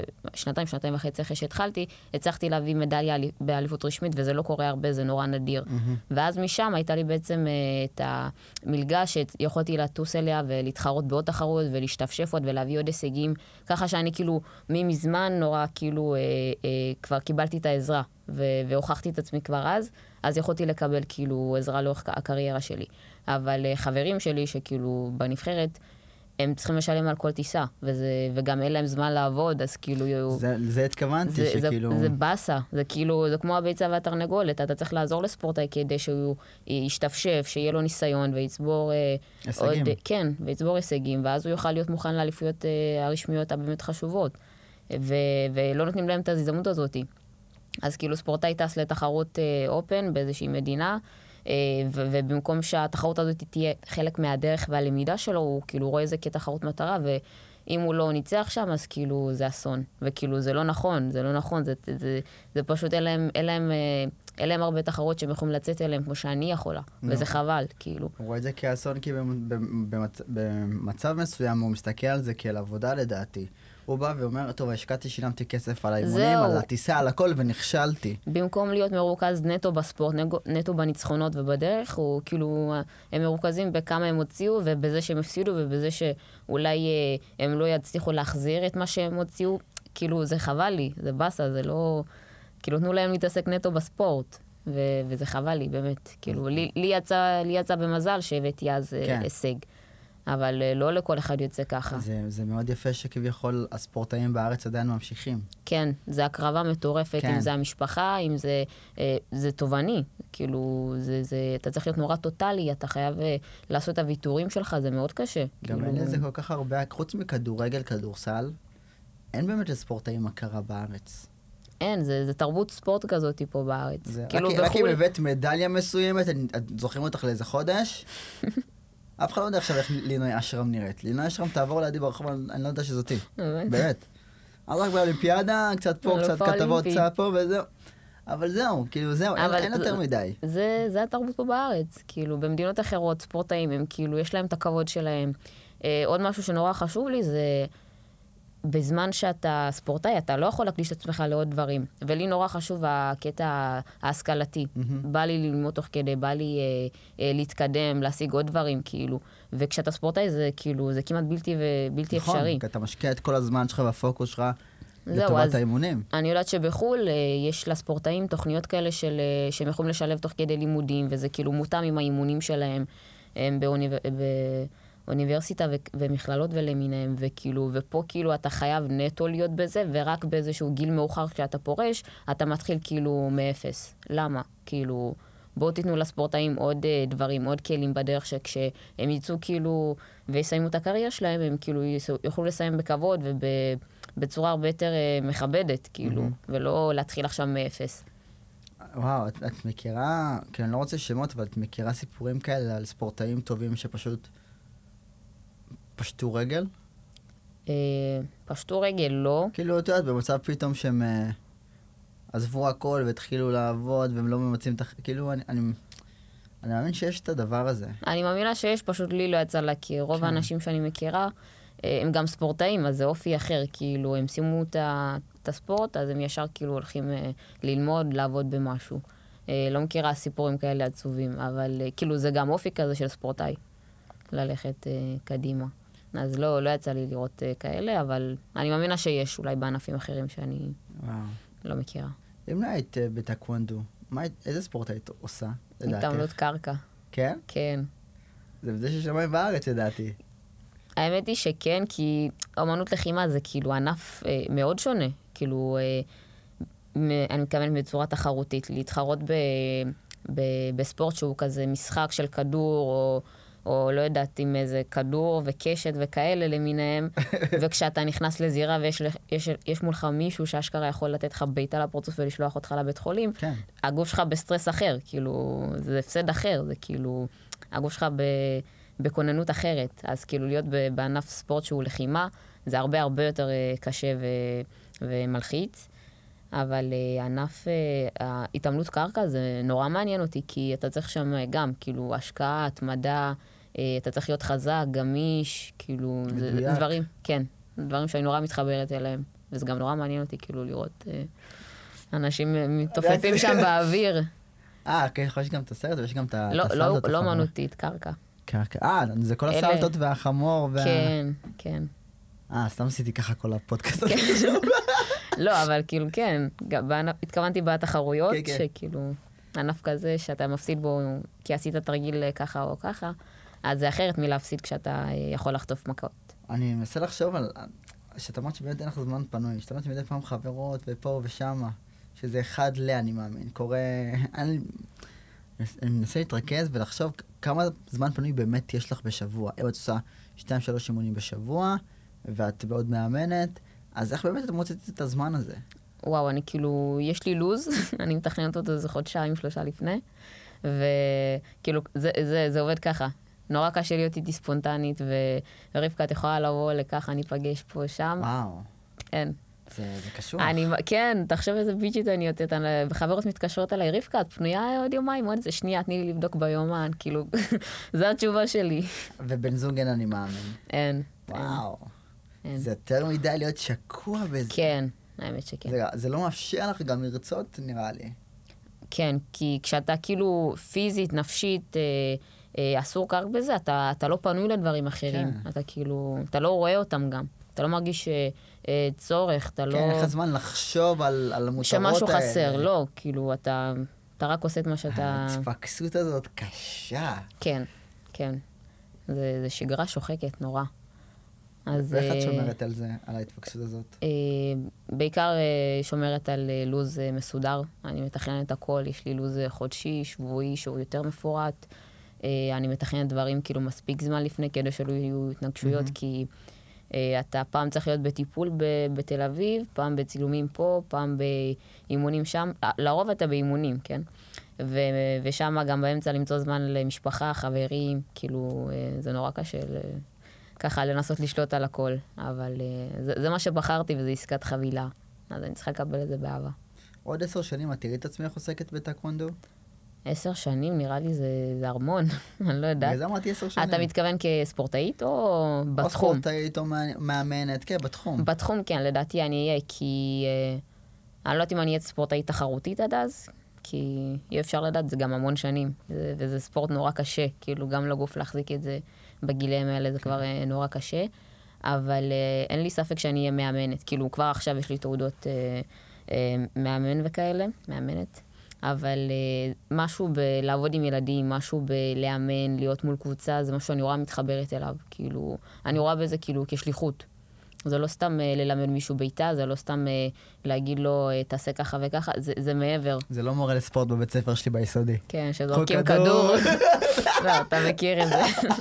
וחצי אחרי שהתחלתי, הצלחתי להביא מדליה באליפות רשמית, וזה לא קורה הרבה, זה נורא נדיר. ואז משם הייתה לי בעצם את המלגה שיכולתי לטוס אליה ולהתחרות בעוד תחרות ולהשתפשף עוד ולהביא עוד הישגים, ככה שאני כאילו מזמן נורא כאילו כבר קיבלתי את העזרה והוכחתי את עצמי כבר אז יכולתי לקבל כאילו עזרה לאורך הקריירה שלי. אבל חברים שלי שכאילו בנבחרת, הם צריכים לשלם על כל טיסה, וגם אין להם זמן לעבוד, אז כאילו... זה התכוונתי, שכאילו... זה בסה, זה כאילו, זה כמו הביצה והתרנגולת, אתה צריך לעזור לספורטאי כדי שהוא ישתפשף, שיהיה לו ניסיון, ויצבור... הישגים. כן, ויצבור הישגים, ואז הוא יוכל להיות מוכן לאליפויות הרשמיות הבאמת חשובות, ולא נותנים להם את ההזדמנות הזאת. אז כאילו ספורטאי טס לתחרות אופן באיזושהי מדינה, ובמקום שהתחרות הזאת תהיה חלק מהדרך והלמידה שלו, הוא כאילו רואה זה כתחרות מטרה, ואם הוא לא ניצח שם, אז כאילו זה אסון. וכאילו זה לא נכון, זה פשוט אין להם הרבה תחרות שהם יכולים לצאת אליהם כמו שאני יכולה, וזה חבל, כאילו. הוא רואה את זה כאסון, כי במצב מסוים הוא מסתכל על זה כאל עבודה לדעתי. הוא בא ואומר, טוב, השקעתי, שילמתי כסף על האימונים, על הטיסה, על הכל, ונכשלתי. במקום להיות מרוכז נטו בספורט, נטו בניצחונות ובדרך, הוא כאילו, הם מרוכזים בכמה הם הוציאו, ובזה שהם הפסידו, ובזה שאולי הם לא יצליחו להחזיר את מה שהם הוציאו. כאילו, זה חבל לי, זה בסה, זה לא... כאילו, תנו להם להתעסק נטו בספורט, וזה חבל לי, באמת. כאילו, לי יצא במזל שהבאתי אז הישג. אבל לא לכל אחד יוצא ככה. זה מאוד יפה שכביכול הספורטאים בארץ עדיין ממשיכים. כן, זה הקרבה מטורפת, אם זה המשפחה, אם זה תובעני. כאילו, אתה צריך להיות נורא טוטלי, אתה חייב לעשות את הוויתורים שלך, זה מאוד קשה. גם אין לזה כל כך הרבה, חוץ מכדורגל, כדורסל, אין באמת לספורטאים הכרה בארץ. אין, זה תרבות ספורט כזאת פה בארץ. רק אם הבאת מדליה מסוימת, זוכרים אותך לאיזה חודש? אף אחד לא יודע עכשיו איך לינוי אשרם נראית. לינוי אשרם תעבור לידי ברחוב, אני לא יודע שזאתי. באמת. אז רק באולימפיאדה, קצת פה, קצת כתבות צעה פה וזהו. אבל זהו, כאילו זהו, אין יותר מדי. זה התרבות פה בארץ. כאילו, במדינות אחרות, ספורטאים, הם כאילו, יש להם את הכבוד שלהם. עוד משהו שנורא חשוב לי זה... בזמן שאתה ספורטאי, אתה לא יכול להקדיש את עצמך לעוד דברים. ולי נורא חשוב הקטע ההשכלתי. בא לי ללמוד תוך כדי, בא לי להתקדם, להשיג עוד דברים, כאילו. וכשאתה ספורטאי זה כאילו, זה כמעט בלתי אפשרי. נכון, כי אתה משקיע את כל הזמן שלך והפוקוס שלך לטובת האימונים. אני יודעת שבחול יש לספורטאים תוכניות כאלה שהם יכולים לשלב תוך כדי לימודים, וזה כאילו מותאם עם האימונים שלהם אוניברסיטה ומכללות ולמיניהם, וכאילו, ופה כאילו אתה חייב נטו להיות בזה, ורק באיזשהו גיל מאוחר כשאתה פורש, אתה מתחיל כאילו מאפס. למה? כאילו, בואו תיתנו לספורטאים עוד דברים, עוד כלים בדרך שכשהם יצאו כאילו, ויסיימו את הקריירה שלהם, הם כאילו יוכלו לסיים בכבוד ובצורה הרבה יותר מכבדת, כאילו, ולא להתחיל עכשיו מאפס. וואו, את מכירה, כי אני לא רוצה שמות, אבל את מכירה סיפורים כאלה על ספורטאים טובים שפשוט פשטו רגל? פשטו רגל, לא. כאילו, את יודעת, במצב פתאום שהם עזבו הכל והתחילו לעבוד, והם לא ממצאים את כאילו, אני מאמין שיש את הדבר הזה. אני מאמינה שיש, פשוט לי לא יצא להכיר. רוב האנשים שאני מכירה, הם גם ספורטאים, אז זה אופי אחר. כאילו, הם שימו את הספורט, אז הם ישר כאילו הולכים ללמוד, לעבוד במשהו. לא מכירה סיפורים כאלה עצובים, אבל כאילו, זה גם אופי כזה של ספורטאי. ללכת קדימה. אז לא יצא לי לראות כאלה, אבל אני מאמינה שיש אולי בענפים אחרים שאני לא מכירה. אם לא היית בטקוונדו, איזה ספורט היית עושה, לדעתך? התעמלות קרקע. כן? כן. זה בזה ששמיים בארץ, ידעתי. האמת היא שכן, כי אמנות לחימה זה כאילו ענף מאוד שונה. כאילו, אני מתכוונת בצורה תחרותית, להתחרות בספורט שהוא כזה משחק של כדור, או לא יודעת עם איזה כדור וקשת וכאלה למיניהם, וכשאתה נכנס לזירה ויש מולך מישהו שאשכרה יכול לתת לך ביתה לפרצוף ולשלוח אותך לבית חולים, כן. הגוף שלך בסטרס אחר, כאילו, זה הפסד אחר, זה כאילו, הגוף שלך בכוננות אחרת, אז כאילו להיות בענף ספורט שהוא לחימה, זה הרבה הרבה יותר קשה ומלחיץ, אבל ענף התעמלות קרקע זה נורא מעניין אותי, כי אתה צריך שם גם, כאילו, השקעה, התמדה, אתה צריך להיות חזק, גמיש, כאילו, זה דברים, כן, דברים שאני נורא מתחברת אליהם, וזה גם נורא מעניין אותי, כאילו, לראות אנשים מתופפים שם באוויר. כן, יש גם את הסרט ויש גם את הסלטות. לא מנותית, קרקע. קרקע, זה כל הסלטות והחמור כן, כן. סתם עשיתי ככה כל הפודקאסט. לא, אבל כאילו, כן, התכוונתי בתחרויות, שכאילו, ענף כזה שאתה מפסיד בו, כי עשית תרגיל ככה או ככה, אז זה אחרת מלהפסיד כשאתה יכול לחטוף מכות. אני מנסה לחשוב על, שאתה אמרת שבאמת אין לך זמן פנוי, שאתה אמרת מדי פעם חברות ופה ושמה, שזה אחד אני מאמין, קורה, אני מנסה להתרכז ולחשוב כמה זמן פנוי באמת יש לך בשבוע. את עושה 2-3 אימונים בשבוע, ואת בעוד מאמנת, אז איך באמת את מוצאת את הזמן הזה? וואו, אני כאילו, יש לי לוז, אני מתכננת אותו איזה חודשיים, 3 לפני, וכאילו, זה עובד ככה. נורא קשה להיות איתי ספונטנית, ורבקה, את יכולה לבוא לככה, אני אפגש פה, שם. וואו. כן. זה קשור. כן, תחשוב איזה ביצ'ית אני יוצאת, חברות מתקשרות עליי, רבקה, את פנויה עוד יומיים, עוד איזה שנייה, תני לי לבדוק ביומן, כאילו, זו התשובה שלי. ובן זוג אין אני מאמין. אין. וואו. זה יותר מדי להיות שקוע בזה. כן, האמת שכן. זה לא מאפשר לך גם לרצות, נראה לי. כן, כי כשאתה כאילו פיזית, נפשית, אסור כך בזה, אתה לא פנוי לדברים אחרים. אתה כאילו, אתה לא רואה אותם גם. אתה לא מרגיש צורך, אתה לא... כן, איך הזמן לחשוב על המותרות האלה. שמשהו חסר, לא, כאילו, אתה רק עושה את מה שאתה... ההתפקסות הזאת קשה. כן, כן. זה שגרה שוחקת, נורא. ואיך את שומרת על זה, על ההתפקסות הזאת? בעיקר שומרת על לוז מסודר. אני מתכננת הכל, יש לי לוז חודשי, שבועי, שהוא יותר מפורט. אני מתכננת דברים כאילו מספיק זמן לפני, כדי שלא יהיו התנגשויות, כי אתה פעם צריך להיות בטיפול בתל אביב, פעם בצילומים פה, פעם באימונים שם. לרוב אתה באימונים, כן? ושם גם באמצע למצוא זמן למשפחה, חברים, כאילו זה נורא קשה ככה לנסות לשלוט על הכל, אבל זה מה שבחרתי וזה עסקת חבילה, אז אני צריכה לקבל את זה באהבה. עוד 10 שנים את תראי את עצמך עוסקת בטקוונדו? 10 שנים נראה לי זה ארמון, אני לא יודעת. בגלל זה אמרתי 10 שנים. אתה מתכוון כספורטאית או בתחום? או ספורטאית או מאמנת, כן, בתחום. בתחום כן, לדעתי אני אהיה, כי אני לא יודעת אם אני אהיה ספורטאית תחרותית עד אז, כי אי אפשר לדעת, זה גם המון שנים, וזה ספורט נורא קשה, כאילו גם לגוף להחזיק את זה בגילאים האלה, זה כבר נורא קשה, אבל אין לי ספק שאני אהיה מאמנת, כאילו כבר עכשיו יש לי תעודות מאמן וכאלה, מאמנת, אבל משהו בלעבוד עם ילדים, משהו בלאמן, להיות מול קבוצה, זה משהו שאני רואה מתחברת אליו, כאילו, אני רואה בזה כאילו כשליחות. זה לא סתם ללמד מישהו ביתה, זה לא סתם להגיד לו, תעשה ככה וככה, זה מעבר. זה לא מורה לספורט בבית ספר שלי ביסודי. כן, שזורקים כדור. לא, אתה מכיר את זה.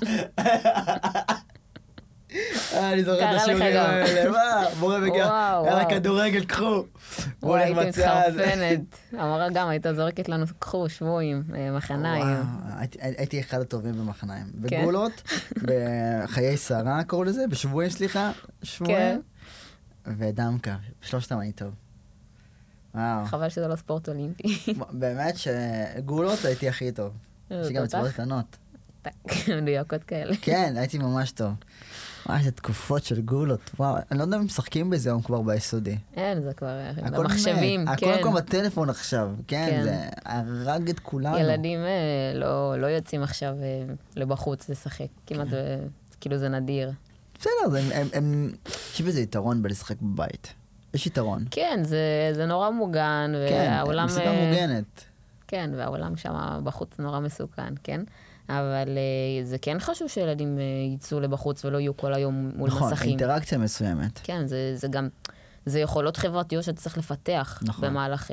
אני זוכר את השיעורים האלה, מה? מורה מגיע, יאללה כדורגל, קחו. וואי, הייתי מתחרפנת. המורה גם, הייתה זורקת לנו, קחו, שבועים, מחניים. הייתי אחד הטובים במחניים. בגולות, בחיי שרה קראו לזה, בשבועים, סליחה, שבועים. ודמקה, בשלושתם אני טוב. חבל שזה לא ספורט אולימפי. באמת שגולות הייתי הכי טוב. יש גם מצוות קטנות. מדויקות כאלה. כן, הייתי ממש טוב. וואי, זה תקופות של גולות, וואו, אני לא יודע אם משחקים בזה היום כבר ביסודי. אין, זה כבר במחשבים, כן. הכל בטלפון עכשיו, כן, זה הרג את כולנו. ילדים לא יוצאים עכשיו לבחוץ לשחק, כמעט, כאילו זה נדיר. בסדר, יש בזה יתרון בלשחק בבית. יש יתרון. כן, זה נורא מוגן, והעולם... כן, מסיבה מוגנת. כן, והעולם שם בחוץ נורא מסוכן, כן? אבל זה כן חשוב שילדים ייצאו לבחוץ ולא יהיו כל היום מול מסכים. נכון, אינטראקציה מסוימת. כן, זה גם, זה יכולות חברתיות שאתה צריך לפתח במהלך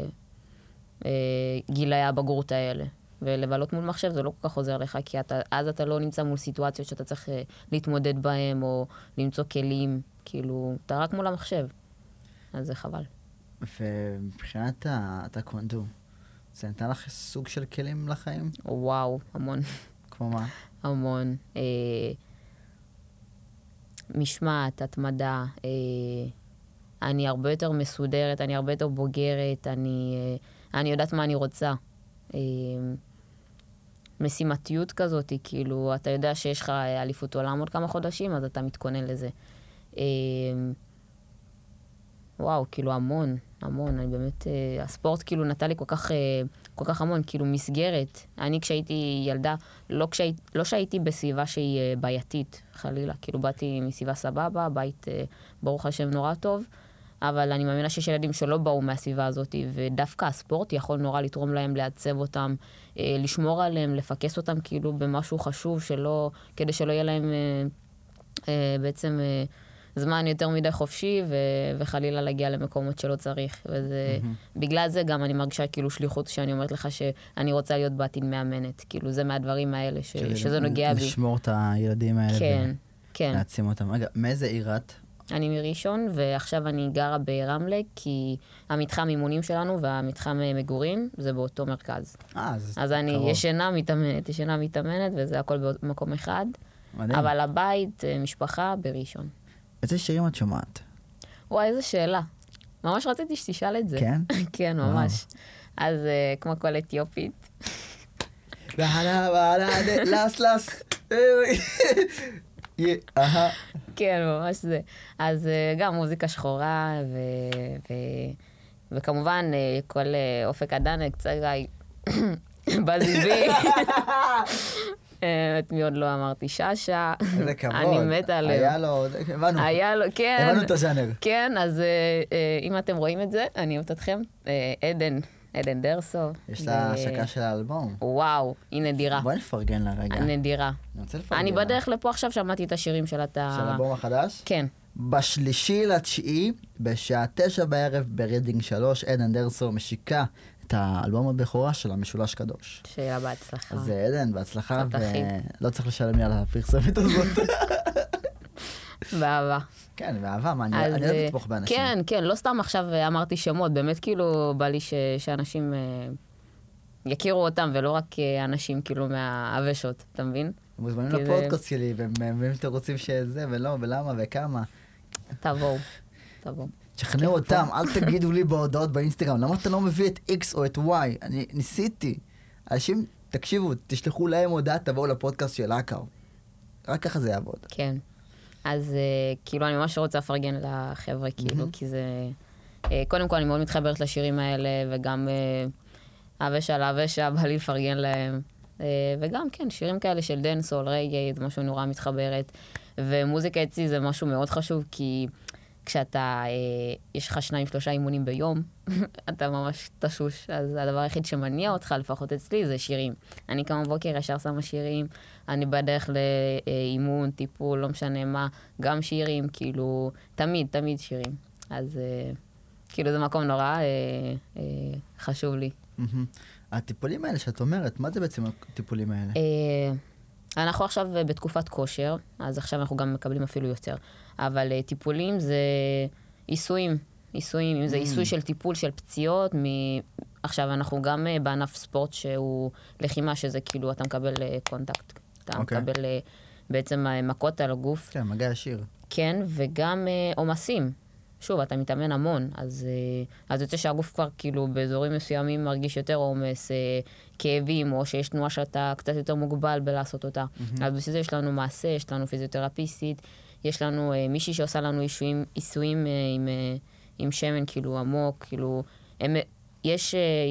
גילאי הבגרות האלה. ולבלות מול מחשב זה לא כל כך עוזר לך, כי אז אתה לא נמצא מול סיטואציות שאתה צריך להתמודד בהם, או למצוא כלים, כאילו, אתה רק מול המחשב. אז זה חבל. ומבחינת הטקוונדו, זה נתן לך סוג של כלים לחיים? וואו, המון. כמו מה? המון. משמעת, התמדה, אני הרבה יותר מסודרת, אני הרבה יותר בוגרת, אני יודעת מה אני רוצה. משימתיות כזאת, כאילו, אתה יודע שיש לך אליפות עולם עוד כמה חודשים, אז אתה מתכונן לזה. וואו, כאילו המון, אני באמת, הספורט כאילו נתן לי כל כך המון, כאילו מסגרת. אני כשהייתי ילדה, לא שהייתי בסביבה שהיא בעייתית, חלילה, כאילו באתי מסביבה סבבה, בית ברוך השם נורא טוב, אבל אני מאמינה שיש ילדים שלא באו מהסביבה הזאת, ודווקא הספורט יכול נורא לתרום להם, לעצב אותם, לשמור עליהם, לפקס אותם כאילו במשהו חשוב, כדי שלא יהיה להם בעצם זמן יותר מדי חופשי, וחלילה להגיע למקומות שלא צריך. בגלל זה גם אני מרגישה כאילו שליחות שאני אומרת לך שאני רוצה להיות בעתיד מאמנת. כאילו זה מהדברים האלה שזה נוגע בי. לשמור את הילדים האלה. כן, כן. להעצים אותם. רגע, מאיזה עיר את? אני מראשון, ועכשיו אני גרה ברמלה, כי המתחם אימונים שלנו והמתחם מגורים זה באותו מרכז. אז אני ישנה מתאמנת, וזה הכל במקום אחד. מדהים. אבל הבית, משפחה, בראשון. איזה שירים את שומעת? וואי, איזה שאלה. ממש רציתי שתשאל את זה. כן? כן, ממש. אז כמו כל אתיופית. לס. כן, ממש זה. אז גם מוזיקה שחורה, וכמובן כל אופק הדנק, צגאי, בזיבי. את מי עוד לא אמרתי, ששה. איזה כבוד. אני מתה עליהם. היה לו, כן. הבנו את הז'אנר. כן, אז אם אתם רואים את זה, אני אוהבת אתכם. עדן דרסו. יש לה השקה של האלבום. וואו, היא נדירה. בואי נפרגן לה רגע. נדירה. אני רוצה לפרגן לה. אני בדרך לפה עכשיו שמעתי את השירים של של האלבום החדש? כן. ב3.9, בשעה 9 בערב, ברדינג 3, עדן דרסו משיקה את האלבום הבכורה של המשולש קדוש. שיהיה בהצלחה. אז עדן, בהצלחה, ולא צריך לשלם לי על הפרסומת הזאת. באהבה. כן, באהבה, מה, אני אוהב לתמוך באנשים. כן, כן, לא סתם עכשיו אמרתי שמות, באמת כאילו בא לי שאנשים יכירו אותם, ולא רק אנשים כאילו מהאבשות, אתה מבין? מוזמנים לפודקאסט שלי, והם אתם רוצים שזה, ולא, ולמה, וכמה. תבואו. תשכנעו אותם, אל תגידו לי בהודעות באינסטגרם, למה אתה לא מביא את X או את Y? אני ניסיתי. אנשים, תקשיבו, תשלחו להם הודעה, תבואו לפודקאסט של אקר. רק ככה זה יעבוד. כן. אז כאילו אני ממש רוצה לפרגן לחבר'ה, כאילו, כי זה... קודם כל אני מאוד מתחברת לשירים האלה, וגם אבשה, בא לי לפרגן להם. וגם כן, שירים כאלה של דנסול, רגעי, זה משהו נורא מתחברת. ומוזיקה אצלי זה משהו מאוד חשוב, כי כשאתה, יש לך 2-3 אימונים ביום, אתה ממש תשוש. אז הדבר היחיד שמניע אותך, לפחות אצלי, זה שירים. אני כמה בוקר ישר שמה שירים, אני בדרך לאימון, טיפול, לא משנה מה, גם שירים, כאילו, תמיד שירים. אז כאילו זה מקום נורא חשוב לי. הטיפולים האלה שאת אומרת, מה זה בעצם הטיפולים האלה? אנחנו עכשיו בתקופת כושר, אז עכשיו אנחנו גם מקבלים אפילו יותר. אבל טיפולים זה עיסויים, אם זה עיסוי של טיפול של פציעות. עכשיו אנחנו גם בענף ספורט שהוא לחימה, שזה כאילו אתה מקבל קונטקט. אתה מקבל בעצם מכות על הגוף. כן, מגע ישיר. כן, וגם עומסים. שוב, אתה מתאמן המון, אז יוצא שהגוף כבר כאילו באזורים מסוימים מרגיש יותר עומס, כאבים, או שיש תנועה שאתה קצת יותר מוגבל בלעשות אותה. אז בשביל זה יש לנו מעשה, יש לנו פיזיותרפיסטית, יש לנו מישהי שעושה לנו עיסויים עם שמן כאילו עמוק, כאילו, יש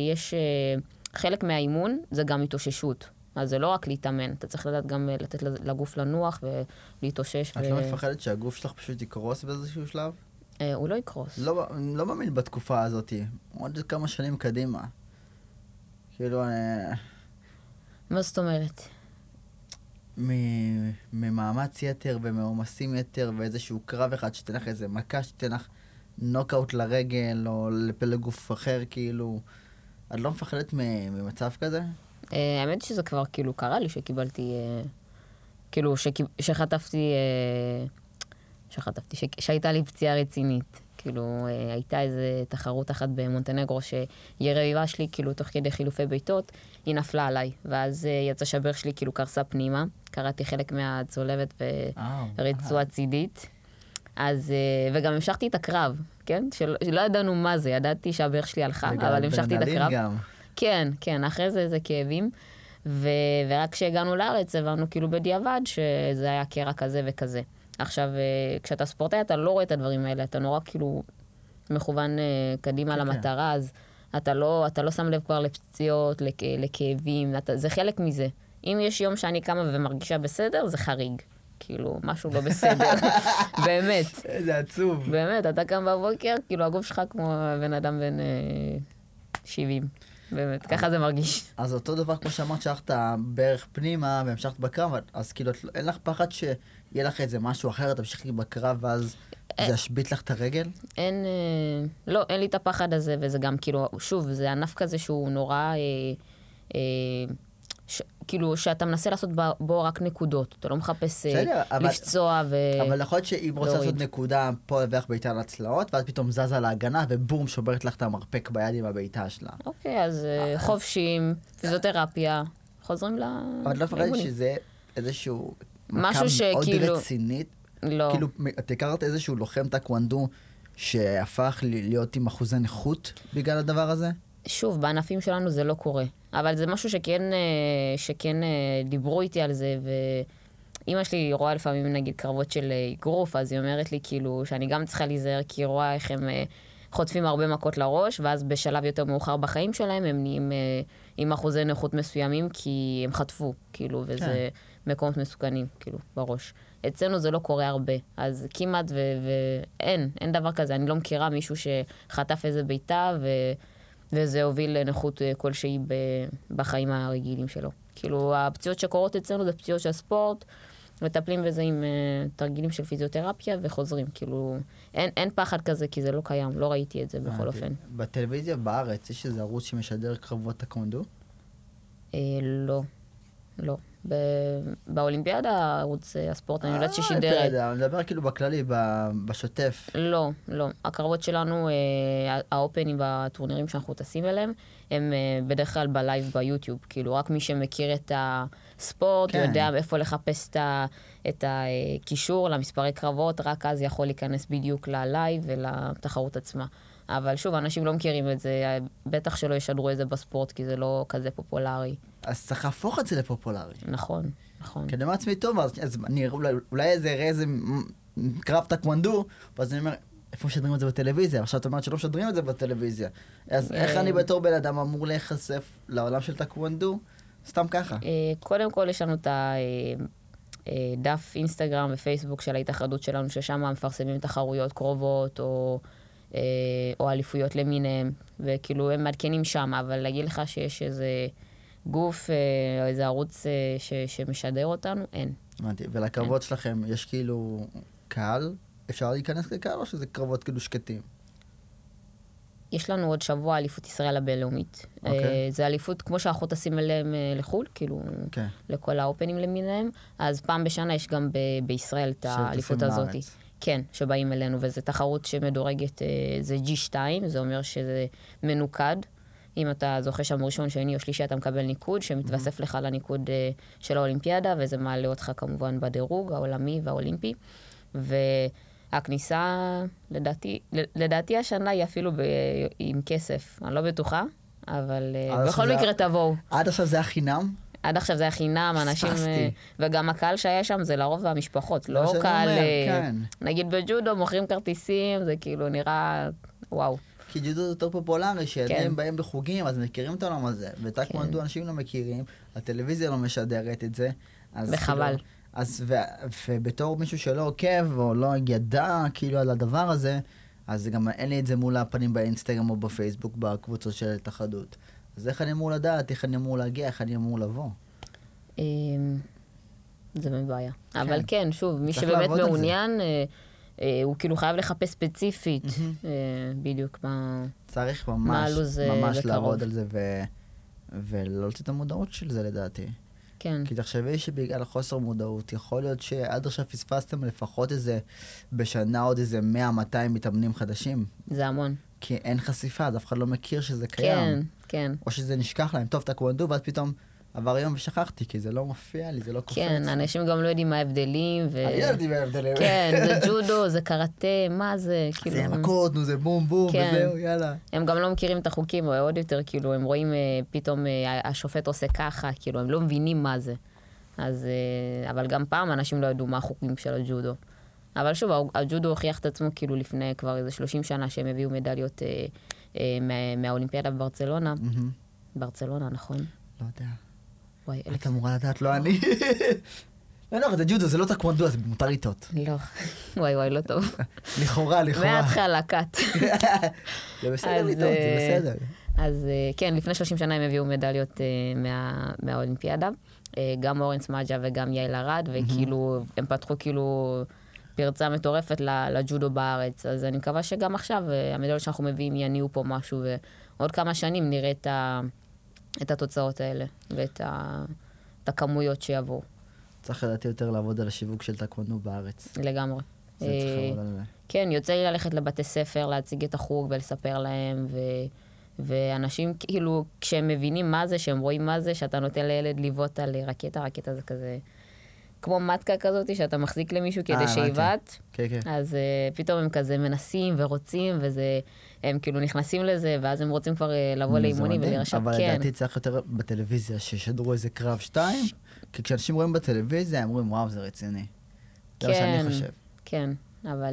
חלק מהאימון זה גם התאוששות. אז זה לא רק להתאמן, אתה צריך לדעת גם לתת לגוף לנוח ולהתאושש. את לא מפחדת שהגוף שלך פשוט יקרוס באיזשהו שלב? הוא לא יקרוס. לא מאמין בתקופה הזאת, עוד כמה שנים קדימה. כאילו, מה זאת אומרת? ממאמץ יתר ומעומסים יתר ואיזשהו קרב אחד שתן לך איזה מכה, שתן לך נוקאוט לרגל או לגוף אחר, כאילו, את לא מפחדת ממצב כזה? האמת שזה כבר כאילו קרה לי שקיבלתי, כאילו שהייתה לי פציעה רצינית. כאילו, הייתה איזה תחרות אחת במונטנגרו שיריבה שלי, כאילו, תוך כדי חילופי ביתות, היא נפלה עליי. ואז יצא שברך שלי, כאילו, קרסה פנימה. קראתי חלק מהצולבת ורצועה צידית. אז, וגם המשכתי את הקרב. כן? שלא ידענו מה זה, ידעתי שהברך שלי הלכה, אבל המשכתי את הקרב. גם. כן, כן, אחרי זה כאבים. ורק כשהגענו לארץ, הבנו כאילו בדיעבד שזה היה קרע כזה וכזה. עכשיו, כשאתה ספורטאי, אתה לא רואה את הדברים האלה, אתה נורא כאילו מכוון קדימה למטרה, אז אתה לא שם לב כבר לפציעות, לכאבים, זה חלק מזה. אם יש יום שאני קמה ומרגישה בסדר, זה חריג. כאילו, משהו לא בסדר. באמת. זה עצוב. באמת, אתה קם בבוקר, כאילו, הגוף שלך כמו בן אדם בן 70. באמת, ככה זה מרגיש. אז אותו דבר, כמו שאמרת, שלחת בערך פנימה והמשכת בקרב, אז כאילו, אין לך פחד שיהיה לך איזה משהו אחר, תמשיכי בקרב, ואז זה ישבית לך את הרגל? לא, אין לי את הפחד הזה, וזה גם, כאילו, שוב, זה ענף כזה שהוא נורא, כאילו, שאתה מנסה לעשות בו רק נקודות, אתה לא מחפש לפצוע אבל יכול להיות שאם רוצה לעשות נקודה פה ואיך בעיטה על הצלעות, ואז פתאום זזה להגנה, ובום, שוברת לך את המרפק ביד עם הבעיטה שלה. אוקיי, אז חובשים, פיזיותרפיה, חוזרים אבל את לא מפחדת שזה איזשהו משהו מאוד רצינית? לא. כאילו, את הכרת איזשהו לוחם טקוונדו שהפך להיות עם אחוזי נכות בגלל הדבר הזה? שוב, בענפים שלנו זה לא קורה. אבל זה משהו שכן דיברו איתי על זה, ואמא שלי רואה לפעמים, נגיד, קרבות של אגרוף, אז היא אומרת לי, כאילו, שאני גם צריכה להיזהר, כי היא רואה איך הם חוטפים הרבה מכות לראש, ואז בשלב יותר מאוחר בחיים שלהם, הם נהיים עם אחוזי נכות מסוימים, כי הם חטפו, כאילו, וזה מקומות מסוכנים, כאילו, בראש. אצלנו זה לא קורה הרבה, אז כמעט ואין דבר כזה. אני לא מכירה מישהו שחטף איזה ביתה, וזה הוביל לנכות כלשהי בחיים הרגילים שלו. כאילו, הפציעות שקורות אצלנו זה פציעות של ספורט, מטפלים בזה עם תרגילים של פיזיותרפיה וחוזרים. כאילו, אין פחד כזה, כי זה לא קיים, לא ראיתי את זה בכל אופן. בטלוויזיה בארץ יש איזה ערוץ שמשדר קרבות טקוונדו? לא, לא. באולימפיאדה, ערוץ הספורט, אני יודעת ששידר... אני מדבר כאילו בכללי, בשוטף. לא, לא. הקרבות שלנו, האופנים בטורנירים שאנחנו טסים אליהם, הם בדרך כלל בלייב ביוטיוב. כאילו, רק מי שמכיר את הספורט, יודע איפה לחפש את הקישור למספרי קרבות, רק אז יכול להיכנס בדיוק ללייב ולתחרות עצמה. אבל שוב, אנשים לא מכירים את זה, בטח שלא ישדרו את זה בספורט, כי זה לא כזה פופולרי. אז צריך להפוך את זה לפופולרי. נכון, נכון. כי אני אומר לעצמי, טוב, אז אני אולי אראה איזה קרב טקוונדו, ואז אני אומר, איפה משדרים את זה בטלוויזיה? עכשיו את אומרת שלא משדרים את זה בטלוויזיה. אז איך אני בתור בן אדם אמור להיחשף לעולם של טקוונדו? סתם ככה. קודם כל יש לנו את הדף אינסטגרם ופייסבוק של ההתאחדות שלנו, ששם מפרסמים תחרויות קרובות או אליפויות למיניהם, וכאילו הם מעדכנים שם, אבל להגיד לך שיש איזה גוף או איזה ערוץ שמשדר אותנו, אין. אמרתי, ולקרבות שלכם יש כאילו קהל? אפשר להיכנס לקהל או שזה קרבות כאילו שקטים? יש לנו עוד שבוע אליפות ישראל הבינלאומית. זה אליפות כמו שאנחנו טסים אליהם לחול, כאילו לכל האופנים למיניהם, אז פעם בשנה יש גם בישראל את האליפות הזאת. כן, שבאים אלינו, וזו תחרות שמדורגת, זה G2, זה אומר שזה מנוקד. אם אתה זוכה שם ראשון, שני או שלישי, אתה מקבל ניקוד, שמתווסף לך לניקוד של האולימפיאדה, וזה מעלה אותך כמובן בדירוג העולמי והאולימפי. והכניסה, לדעתי השנה היא אפילו עם כסף. אני לא בטוחה, אבל בכל מקרה תבואו. עד עכשיו זה היה חינם? עד עכשיו זה היה חינם, אנשים, וגם הקהל שהיה שם זה לרוב והמשפחות, לא קהל, נגיד בג'ודו מוכרים כרטיסים, זה כאילו נראה, וואו. כי ג'ודו זה יותר פופולרי, שילדים באים בחוגים, אז מכירים את העולם הזה, וטקוונדו אנשים לא מכירים, הטלוויזיה לא משדרת את זה. וחבל. ובתור מישהו שלא עוקב, או לא ידע כאילו על הדבר הזה, אז גם אין לי את זה מול הפנים באינסטגרם או בפייסבוק, בקבוצות של התאחדות. אז איך אני אמור לדעת, איך אני אמור להגיע, איך אני אמור לבוא? זה מבעיה. אבל כן, שוב, מי שבאמת מעוניין, הוא כאילו חייב לחפש ספציפית, בדיוק מה... צריך ממש לעבוד על זה, ולא לתת את המודעות של זה לדעתי. כן. כי תחשבי שבגלל חוסר מודעות, יכול להיות שעד עכשיו פספסתם לפחות איזה, בשנה עוד איזה 100-200 מתאמנים חדשים. זה המון. כי אין חשיפה, אז אף אחד לא מכיר שזה קיים. כן, כן. או שזה נשכח להם, טוב, טקוונדו, ואז פתאום עבר יום ושכחתי, כי זה לא מופיע לי, זה לא קופץ. כן, אנשים גם לא יודעים מה ההבדלים. אני לא יודעים מה ההבדלים. כן, זה ג'ודו, זה קראטה, מה זה? זה מכות, נו, זה בום בום, וזהו, יאללה. הם גם לא מכירים את החוקים, או עוד יותר, כאילו, הם רואים פתאום השופט עושה ככה, כאילו, הם לא מבינים מה זה. אז, אבל גם פעם אנשים לא ידעו מה החוקים של הג'ודו. אבל שוב, הג'ודו הוכיח את עצמו כאילו לפני כבר איזה 30 שנה שהם הביאו מדליות מהאולימפיאדה בברצלונה. ברצלונה, נכון? לא יודע. וואי, את אמורה לדעת, לא אני. לא, זה ג'ודו, זה לא טקוונדו, זה מותר לטעות. לא. וואי, לא טוב. לכאורה. מההתחלה, קאט. זה בסדר לטעות, זה בסדר. אז כן, לפני 30 שנה הם הביאו מדליות מהאולימפיאדה. גם אורנס מג'ה וגם יעל ארד, וכאילו, הם פתחו כאילו פרצה מטורפת לג'ודו בארץ. אז אני מקווה שגם עכשיו המדליות שאנחנו מביאים יניעו פה משהו, ועוד כמה שנים נראה את התוצאות האלה, ואת הכמויות שיבואו. צריך לדעתי יותר לעבוד על השיווק של טקוונדו בארץ. לגמרי. זה צריך לעבוד על זה. כן, יוצא לי ללכת לבתי ספר, להציג את החוג ולספר להם, ואנשים כאילו, כשהם מבינים מה זה, שהם רואים מה זה, שאתה נותן לילד לבעוט על רקטה זה כזה, כמו מתקה כזאת, שאתה מחזיק למישהו כדי שיבעט. כן. אז פתאום הם כזה מנסים ורוצים, הם כאילו נכנסים לזה, ואז הם רוצים כבר לבוא לאימונים ולהירשם. אבל לדעתי צריך יותר בטלוויזיה, שישדרו איזה קרב 2, כי כשאנשים רואים בטלוויזיה, הם אומרים, וואו, זה רציני. זה מה שאני חושב. כן, אבל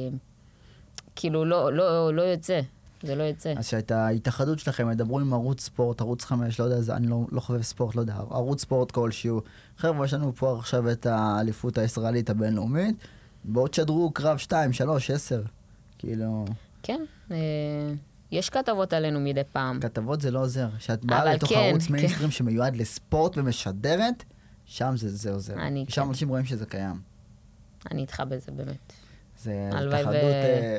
כאילו לא יוצא. זה לא יוצא. אז שהייתה ההתאחדות שלכם, ידברו עם ערוץ ספורט, ערוץ 5, לא יודע, אני לא חובב ספורט, לא יודע, ערוץ ספורט כלשהו. חבר'ה, יש לנו פה עכשיו את האליפות הישראלית הבינלאומית, בואו תשדרו קרב 2, 3, 10, כאילו... כן, יש כתבות עלינו מדי פעם. כתבות זה לא עוזר. כשאת באה לתוך ערוץ מיינסטרים שמיועד לספורט ומשדרת, שם זה עוזר. שם אנשים רואים שזה קיים. אני איתך בזה, באמת. זה התאחדות...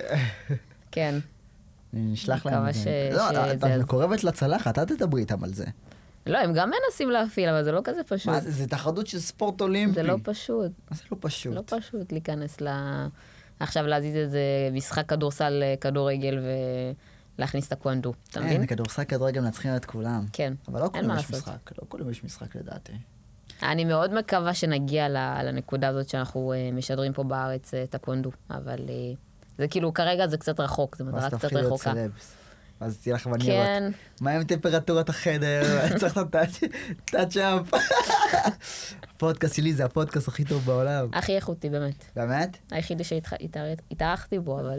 כן. נשלח להם. לא, את מקורבת לצלחת, את תדברי איתם על זה. לא, הם גם מנסים להפעיל, אבל זה לא כזה פשוט. מה זה? זה תחרות של ספורט אולימפי. זה לא פשוט. מה זה לא פשוט? לא פשוט להיכנס עכשיו להזיז איזה משחק כדורסל, כדורגל ולהכניס את הקוונדו. אתה מבין? כן, כדורסל, כדורגל מנצחים את כולם. כן. אבל לא כולם יש משחק. לא כולם יש משחק לדעתי. אני מאוד מקווה שנגיע לנקודה הזאת שאנחנו משדרים פה בארץ את הקוונדו, אבל... זה כאילו, כרגע זה קצת רחוק, זה מטרה קצת רחוקה. אז תהיה לך מניירות. מה עם טמפרטורת החדר? צריך את הטאצ'אפ. הפודקאסט שלי זה הפודקאסט הכי טוב בעולם. הכי איכותי, באמת. באמת? היחידי שהתארחתי בו, אבל...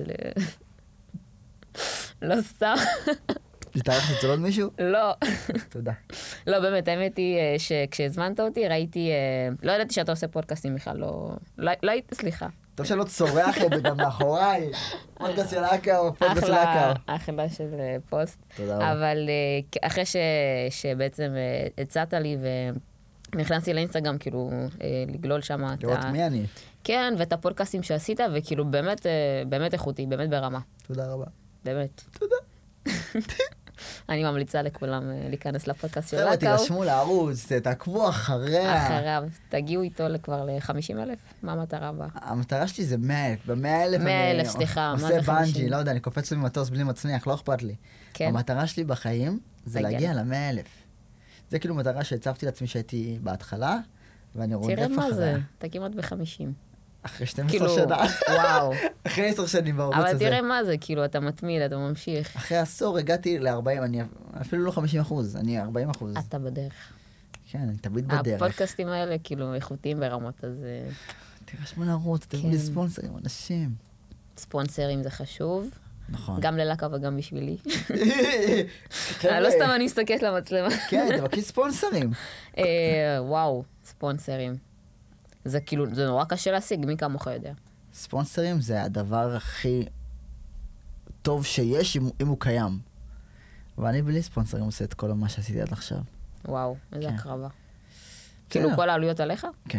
לא סתם. התארחת אצל עוד מישהו? לא. תודה. לא, באמת, האמת היא שכשהזמנת אותי, ראיתי... לא ידעתי שאתה עושה פודקאסטים בכלל, לא הייתי, סליחה. טוב שלא צורח את זה גם מאחוריי. פודקאסט של אקאו, פודקאסט של אקאו. אחלה של פוסט. תודה רבה. אבל אחרי שבעצם הצעת לי ונכנסתי לאינסטגרם, כאילו לגלול שם את לראות מי אני. כן, ואת הפודקאסטים שעשית, וכאילו באמת איכותי, באמת ברמה. תודה רבה. באמת. תודה. אני ממליצה לכולם להיכנס לפודקאסט של אקאו. תירשמו לערוץ, תעקבו אחריה. אחריו, תגיעו איתו כבר ל-50,000. מה המטרה הבאה? המטרה שלי זה 100,000. ב-100,000 100,000, סליחה, מה זה 50? עושה בנג'י, לא יודע, אני קופץ לי ממטוס בלי מצניח, לא אכפת לי. כן. המטרה שלי בחיים זה להגיע ל-100,000. זה כאילו מטרה שהצבתי לעצמי שהייתי בהתחלה, ואני רודף אחריה. תראה מה זה, אתה כמעט ב-50. אחרי 12 שנה. וואו. אחרי 10 שנים בערוץ הזה. אבל תראה מה זה, כאילו, אתה מתמיד, אתה ממשיך. אחרי עשור הגעתי ל-40, אני אפילו לא 50%, אני 40%. אתה בדרך. כן, אני תמיד בדרך. הפודקאסטים האלה, כאילו, איכותיים ברמות, אז... תירשמו לערוץ, תראו לי ספונסרים, אנשים. ספונסרים זה חשוב. נכון. גם ללקה וגם בשבילי. לא סתם אני מסתכלת למצלמה. כן, תבקשי ספונסרים. וואו, ספונסרים. זה כאילו, זה נורא קשה להשיג, מי כמוך יודע. ספונסרים זה הדבר הכי טוב שיש אם הוא קיים. ואני בלי ספונסרים עושה את כל מה שעשיתי עד עכשיו. וואו, איזה הקרבה. כאילו כל העלויות עליך? כן.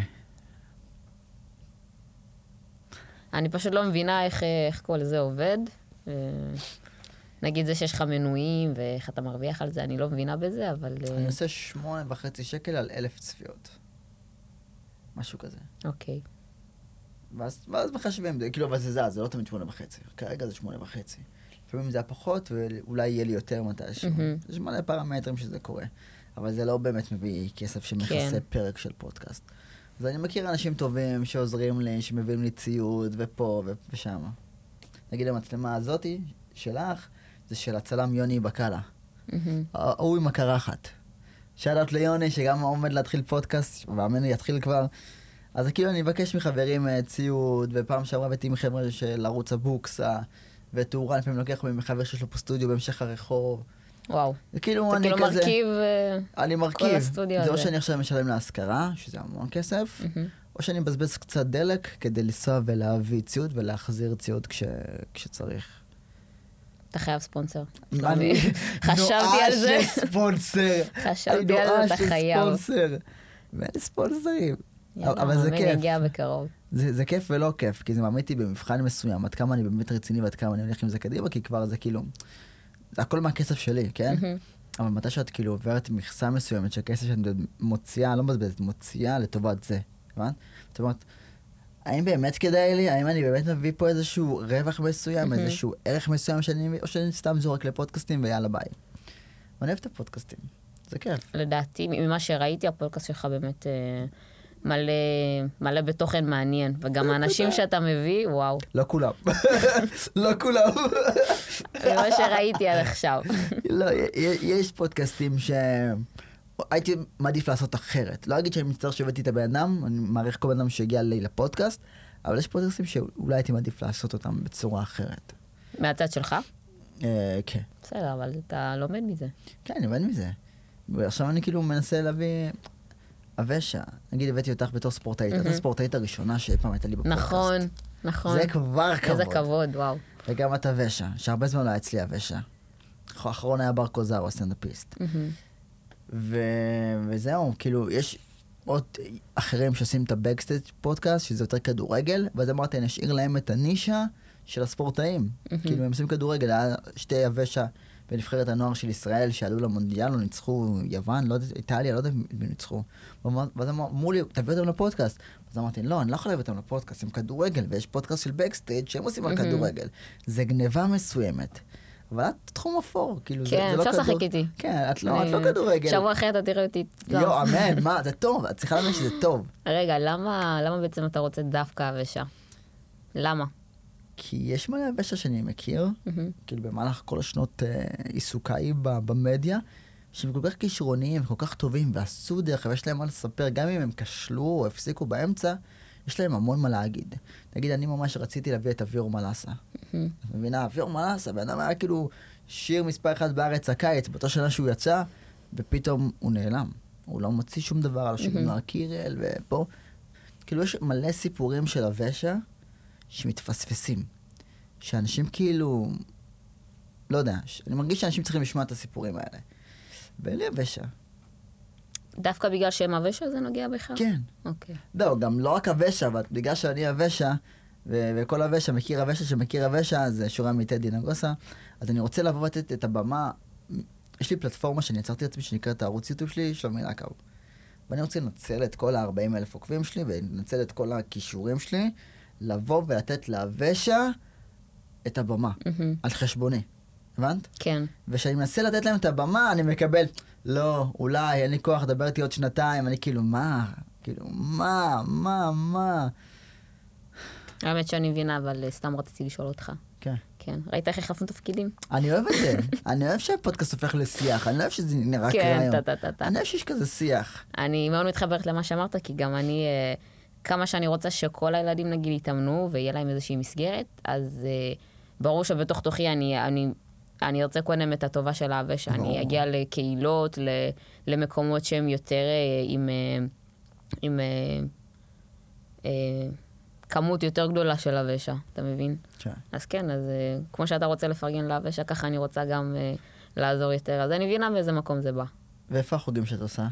אני פשוט לא מבינה איך כל זה עובד. נגיד זה שיש לך מנויים ואיך אתה מרוויח על זה, אני לא מבינה בזה, אבל... אני עושה 8.5 שקל על 1,000 צפיות. משהו כזה. אוקיי. ואז מחשבים, כאילו, אבל זה לא תמיד 8.5. כרגע זה 8.5. לפעמים זה היה פחות, ואולי יהיה לי יותר מתישהו. יש מלא פרמטרים שזה קורה. אבל זה לא באמת מביא כסף שמכסה פרק של פודקאסט. אז אני מכיר אנשים טובים שעוזרים לי, שמביאים לי ציוד, ופה ושם. נגיד המצלמה הזאתי, שלך, זה של הצלם יוני בקלה. הוא עם הקרחת. שאלות ליוני, שגם עומד להתחיל פודקאסט, והמני יתחיל כבר. אז כאילו אני אבקש מחברים ציוד, ופעם שעברה הבאתי מחבר'ה של ערוץ הבוקסה, ותאורן פעמים לוקח מחבר שיש לו פה סטודיו בהמשך הרחוב. וואו. וכאילו אני כאילו כזה... מרכיב אני מרכיב. כל הסטודיו הזה. זה או שאני עכשיו משלם להשכרה, שזה המון כסף, או שאני מבזבז קצת דלק כדי לנסוע ולהביא ציוד ולהחזיר ציוד כשצריך. אתה חייב ספונסר. אני חשבתי על זה. נואש לספונסר. חשבתי על זה, אתה חייב. ואין לי ספונסרים. יאללה, אבל זה מאמין כיף. יגיע בקרוב. זה כיף ולא כיף, כי זה מעמיד אותי במבחן מסוים, עד כמה אני באמת רציני ועד כמה אני הולך עם זה קדימה, כי כבר זה כאילו, זה הכל מהכסף שלי, כן? אבל מתי שאת כאילו עוברת מכסה מסוימת שהכסף שאת מוציאה, לא מבזבזת, מוציאה לטובת זה, הבנת? זאת אומרת, האם באמת כדאי לי? האם אני באמת מביא פה איזשהו רווח מסוים, איזשהו ערך מסוים שאני מביא, או שאני סתם זורק לפודקאסטים ויאללה ביי. ואני אוהב את הפודקאסטים, זה כיף. לדעתי, ממה שראיתי, הפודקאסט שלך באמת מלא בתוכן מעניין, וגם האנשים שאתה מביא, וואו. לא כולם. לא כולם. ממה שראיתי עד עכשיו. לא, יש פודקאסטים שהייתי מעדיף לעשות אחרת. לא אגיד שאני מצטער שהבאתי את הבן אדם, אני מעריך כל בן אדם שהגיע לי לפודקאסט, אבל יש פודקאסטים שאולי הייתי מעדיף לעשות אותם בצורה אחרת. מהצד שלך? כן. בסדר, אבל אתה לומד מזה. כן, אני לומד מזה. ועכשיו אני כאילו מנסה להביא... אבשה, נגיד הבאתי אותך בתור ספורטאית, את הספורטאית הראשונה שאי פעם הייתה לי בפודקאסט. נכון, נכון. זה כבר כבוד. איזה כבוד, וואו. וגם את אבשה, שהרבה זמן לא היה אצלי אבשה. האחרון היה בר קוזרו, הסטנדאפיסט. וזהו, כאילו, יש עוד אחרים שעושים את הבקסטייג' פודקאסט, שזה יותר כדורגל, ואז אמרתי, אני אשאיר להם את הנישה של הספורטאים. כאילו, הם עושים כדורגל, היה שתי אבשה בנבחרת הנוער של ישראל, שעלו למונדיאל, או ניצחו יוון, לא יודעת, איטליה, לא יודעת אם ניצחו. ואז אמרו לי, תביא אותם לפודקאסט. אז אמרתי, לא, אני לא יכול להביא אותם לפודקאסט, הם כדורגל, ויש פודקאסט של בקסטייג' שהם עושים על כדורגל. זה גניבה מסוימת. אבל את תחום אפור, כאילו, כן, זה לא אפשר לשחק איתי. כן, את לא כדורגל. שבוע אחרי אתה תראה אותי. יו, אמן, מה, זה טוב, את צריכה להבין שזה טוב. רגע, למה בעצם אתה רוצה דווקא אבשה? למה? כי יש מלא אבשה שאני מכיר, כאילו במהלך כל השנות עיסוקיי במדיה, שהם כל כך כישרוניים וכל כך טובים, ועשו דרך, ויש להם מה לספר, גם אם הם כשלו או הפסיקו באמצע, יש להם המון מה להגיד. נגיד, אני ממש רציתי להביא את אוויר מלאסה. את מבינה, אוויר מלאסה, בן אדם היה כאילו שיר מספר אחד בארץ הקיץ, באותו שנה שהוא יצא, ופתאום הוא נעלם. הוא לא מוציא שום דבר על השם קירל, ופה. כאילו יש מלא סיפורים של אבשה, שמתפספסים. שאנשים כאילו... לא יודע, אני מרגיש שאנשים צריכים לשמוע את הסיפורים האלה. ואין לי אבשה. דווקא בגלל שהם אבשה זה נוגע בך? כן. אוקיי. לא, גם לא רק אבשה, אבל בגלל שאני אבשה, וכל אבשה מכיר אבשה שמכיר אבשה, זה שורה מטדי נגוסה, אז אני רוצה לבוא לתת את הבמה. יש לי פלטפורמה שאני יצרתי לעצמי שנקראת הערוץ יוטיוב שלי, שלומי לקאו. ואני רוצה לנצל את כל ה-40,000 עוקבים שלי, ולנצל את כל הכישורים שלי, לבוא ולתת לאבשה את הבמה, על חשבוני. הבנת? כן. ושאני מנסה לתת להם את הבמה, אני מקבל, לא, אולי, אין לי כוח לדבר איתי עוד שנתיים, אני כאילו, מה? כאילו, מה? האמת שאני מבינה, אבל סתם רציתי לשאול אותך. כן. כן. ראית איך החלפנו תפקידים? אני אוהב את זה. אני אוהב שהפודקאסט הופך לשיח, אני לא אוהב שזה נראה כן, קריון. אני אוהב שיש כזה שיח. אני מאוד מתחברת למה שאמרת, כי גם אני... כמה שאני רוצה שכל הילדים נגיד יתאמנו ויהיה להם איזושהי מסגרת, אז ברור שבתוך תוכי אני ארצה קודם את הטובה של האבשה, אני אגיע לקהילות, למקומות שהם יותר עם כמות יותר גדולה של אבשה, אתה מבין? כן. אז כן, אז כמו שאתה רוצה לפרגן לאבשה, ככה אני רוצה גם לעזור יותר, אז אני מבינה באיזה מקום זה בא. ואיפה החוגים שאת עושה?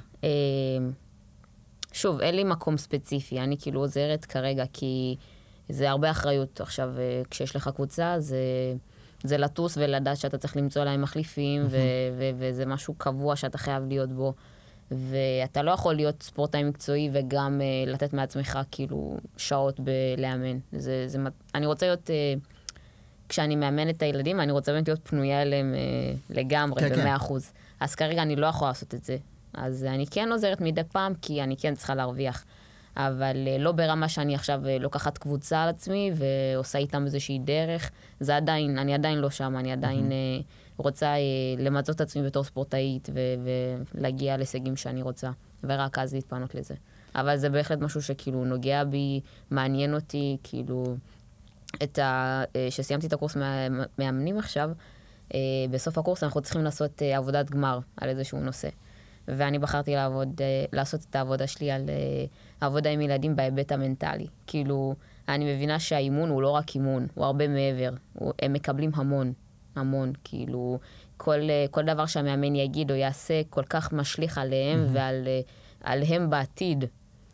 שוב, אין לי מקום ספציפי, אני כאילו עוזרת כרגע, כי זה הרבה אחריות. עכשיו, כשיש לך קבוצה, זה לטוס ולדעת שאתה צריך למצוא להם מחליפים, וזה משהו קבוע שאתה חייב להיות בו. ואתה לא יכול להיות ספורטאי מקצועי וגם לתת מעצמך כאילו שעות בלאמן. אני רוצה להיות, כשאני מאמן את הילדים, אני רוצה באמת להיות פנויה אליהם לגמרי, ב100%. אז כרגע אני לא יכולה לעשות את זה. אז אני כן עוזרת מדי פעם, כי אני כן צריכה להרוויח. אבל לא ברמה שאני עכשיו לוקחת קבוצה על עצמי ועושה איתם איזושהי דרך. זה עדיין, אני עדיין לא שם, אני עדיין רוצה למצות את עצמי בתור ספורטאית ולהגיע להישגים שאני רוצה, ורק אז להתפנות לזה. אבל זה בהחלט משהו שכאילו נוגע בי, מעניין אותי, כאילו, שסיימתי את הקורס מאמנים עכשיו, בסוף הקורס אנחנו צריכים לעשות עבודת גמר על איזשהו נושא. ואני בחרתי לעשות את העבודה שלי על עבודה עם ילדים בהיבט המנטלי. כאילו, אני מבינה שהאימון הוא לא רק אימון, הוא הרבה מעבר. הם מקבלים המון, המון. כאילו, כל דבר שהמאמן יגיד או יעשה כל כך משליך עליהם ועליהם בעתיד.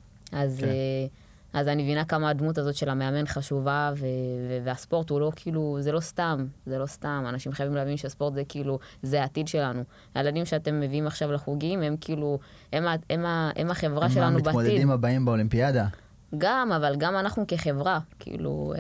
אז אני מבינה כמה הדמות הזאת של המאמן חשובה, והספורט הוא לא כאילו, זה לא סתם, זה לא סתם. אנשים חייבים להבין שהספורט זה כאילו, זה העתיד שלנו. הילדים שאתם מביאים עכשיו לחוגים, הם כאילו, הם החברה שלנו בעתיד. הם המתמודדים הבאים באולימפיאדה. גם, אבל גם אנחנו כחברה, כאילו,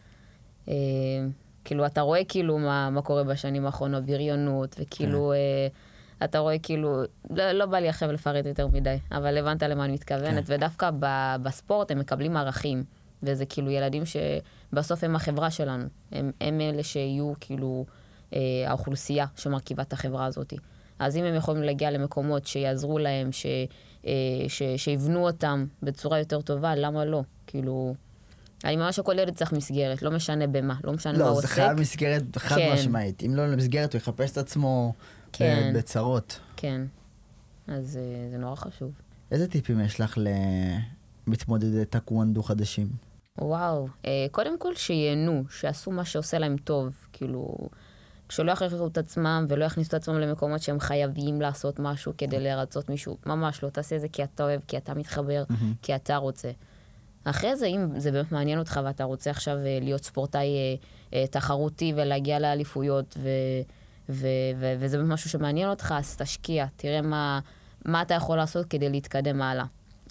כאילו אתה רואה כאילו מה קורה בשנים האחרונות, בריונות, וכאילו, אתה רואה כאילו, לא בא לי עכשיו לפרט יותר מדי, אבל הבנת למה אני מתכוונת, ודווקא בספורט הם מקבלים ערכים, וזה כאילו ילדים שבסוף הם החברה שלנו, הם אלה שיהיו כאילו האוכלוסייה שמרכיבה את החברה הזאת. אז אם הם יכולים להגיע למקומות שיעזרו להם, שיבנו אותם בצורה יותר טובה, למה לא? כאילו, אני ממש שכל ילד צריך מסגרת, לא משנה במה, לא משנה מה הוא עוסק. לא, זה חייב מסגרת חד משמעית. אם לא למסגרת, הוא יחפש את עצמו בצרות. כן, אז זה נורא חשוב. איזה טיפים יש לך למתמודדי טקוונדו חדשים? וואו, קודם כל שיהנו, שעשו מה שעושה להם טוב, כאילו, שלא יכריחו את עצמם ולא יכניסו את עצמם למקומות שהם חייבים לעשות משהו כדי לרצות מישהו. ממש לא, תעשה את זה כי אתה אוהב, כי אתה מתחבר, כי אתה רוצה. אחרי זה, אם זה באמת מעניין אותך ואתה רוצה עכשיו להיות ספורטאי תחרותי ולהגיע לאליפויות וזה באמת משהו שמעניין אותך, אז תשקיע, תראה מה אתה יכול לעשות כדי להתקדם הלאה.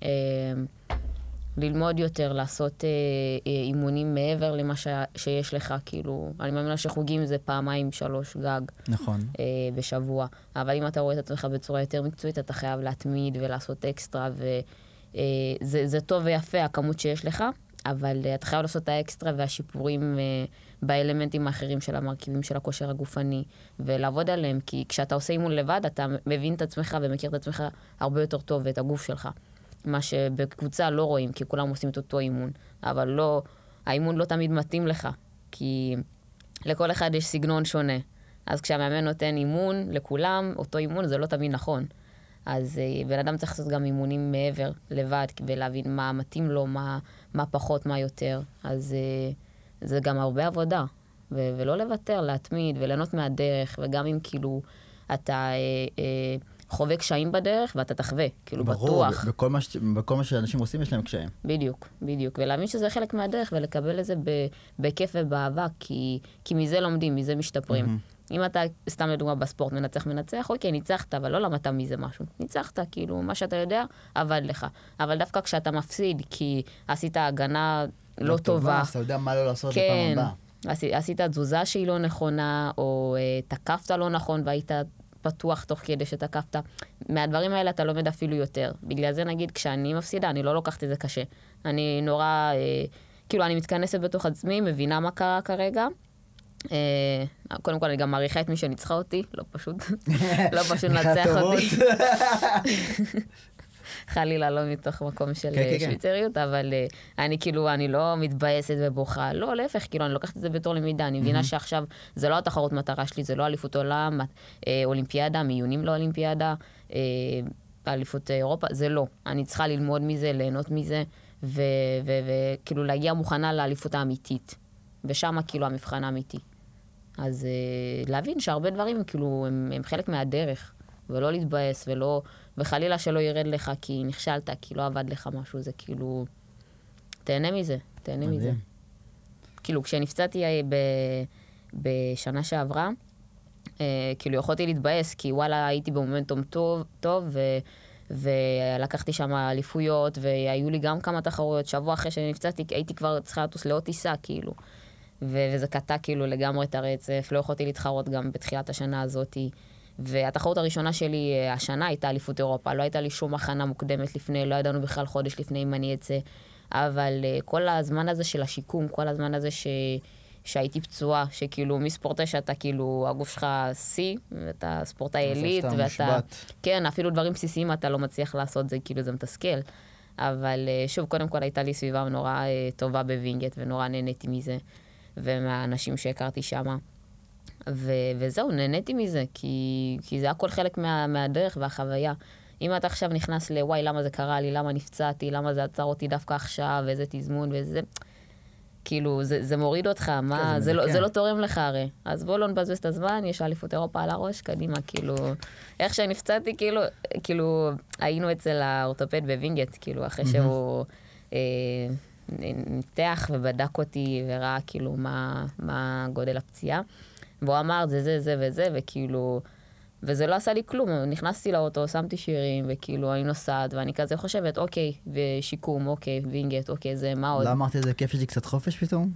ללמוד יותר, לעשות אימונים מעבר למה שיש לך, כאילו, אני מאמינה שחוגים זה 2-3 גג. נכון. בשבוע. אבל אם אתה רואה את עצמך בצורה יותר מקצועית, אתה חייב להתמיד ולעשות אקסטרה, וזה טוב ויפה, הכמות שיש לך, אבל אתה חייב לעשות את האקסטרה והשיפורים באלמנטים האחרים של המרכיבים של הכושר הגופני, ולעבוד עליהם, כי כשאתה עושה אימון לבד, אתה מבין את עצמך ומכיר את עצמך הרבה יותר טוב ואת הגוף שלך. מה שבקבוצה לא רואים, כי כולם עושים את אותו אימון, אבל לא, האימון לא תמיד מתאים לך, כי לכל אחד יש סגנון שונה. אז כשהמאמן נותן אימון לכולם, אותו אימון זה לא תמיד נכון. אז בן אדם צריך לעשות גם אימונים מעבר, לבד, ולהבין מה מתאים לו, מה פחות, מה יותר. אז זה גם הרבה עבודה, ולא לוותר, להתמיד וליהנות מהדרך, וגם אם כאילו אתה חווה קשיים בדרך, ואתה תחווה, כאילו בטוח. ברור, בכל מה שאנשים עושים יש להם קשיים. בדיוק, בדיוק. ולהבין שזה חלק מהדרך, ולקבל את זה בכיף ובאהבה, כי מזה לומדים, מזה משתפרים. אם אתה, סתם לדוגמה בספורט, מנצח, אוקיי, ניצחת, אבל לא למדת מזה משהו. ניצחת, כאילו, מה שאתה יודע, עבד לך. אבל דווקא כשאתה מפסיד, כי עשית הגנה לא טובה. אז אתה יודע מה לא לעשות לפעם הבאה. עשית תזוזה שהיא לא נכונה, או תקפת לא נכון, והיית פתוח תוך כדי שתקפת. מהדברים האלה אתה לומד אפילו יותר. בגלל זה נגיד, כשאני מפסידה, אני לא לוקחת את זה קשה. אני נורא, כאילו, אני מתכנסת בתוך עצמי, מבינה מה קרה כרגע. קודם כל, אני גם מעריכה את מי שניצחה אותי, לא פשוט לנצח אותי. חלילה, לא מתוך מקום של שוויצריות, אבל אני כאילו, אני לא מתבאסת ובוכה, לא, להפך, כאילו, אני לוקחת את זה בתור למידה, אני מבינה שעכשיו זה לא התחרות מטרה שלי, זה לא אליפות עולם, אולימפיאדה, מיונים לאולימפיאדה, אליפות אירופה, זה לא. אני צריכה ללמוד מזה, ליהנות מזה, וכאילו להגיע מוכנה לאליפות האמיתית. ושם כאילו המבחן האמיתי. אז להבין שהרבה דברים כאילו הם חלק מהדרך, ולא להתבאס, וחלילה שלא ירד לך כי נכשלת, כי לא עבד לך משהו, זה כאילו, תהנה מזה, תהנה מזה. כאילו כשנפצעתי בשנה שעברה, כאילו יכולתי להתבאס, כי וואלה הייתי במומנטום טוב, ולקחתי שם אליפויות, והיו לי גם כמה תחרויות, שבוע אחרי שנפצעתי, הייתי כבר צריכה לטוס לעוד טיסה, כאילו. וזה קטע כאילו לגמרי את הרצף, לא יכולתי להתחרות גם בתחילת השנה הזאת, והתחרות הראשונה שלי השנה הייתה אליפות אירופה, לא הייתה לי שום הכנה מוקדמת לפני, לא ידענו בכלל חודש לפני אם אני אצא, אבל כל הזמן הזה של השיקום, כל הזמן הזה שהייתי פצועה, שכאילו מספורטאי שאתה כאילו, הגוף שלך C, ואתה ספורטאי עילית, ואתה... כן, אפילו דברים בסיסיים אתה לא מצליח לעשות, זה כאילו זה מתסכל. אבל שוב, קודם כל הייתה לי סביבה נורא טובה בווינגייט, ונורא נהניתי מזה, ומהאנשים שהכרתי שמה. וזהו, נהניתי מזה, כי זה הכל חלק מהדרך והחוויה. אם אתה עכשיו נכנס לוואי, למה זה קרה לי, למה נפצעתי, למה זה עצר אותי דווקא עכשיו, ואיזה תזמון ואיזה... כאילו, זה מוריד אותך, מה, זה לא תורם לך הרי. אז בוא לא נבזבז את הזמן, יש אליפות אירופה על הראש, קדימה, כאילו, איך שנפצעתי, כאילו, היינו אצל האורתופד בווינגייט, כאילו, אחרי שהוא ניתח ובדק אותי וראה, כאילו, מה גודל הפציעה. והוא אמר, זה וזה, וכאילו, וזה לא עשה לי כלום. נכנסתי לאוטו, שמתי שירים, וכאילו, אני נוסעת, ואני כזה חושבת, אוקיי, ושיקום, אוקיי, וינגייט, אוקיי, זה מה עוד? לא אמרתי, זה כיף שיש לי קצת חופש פתאום?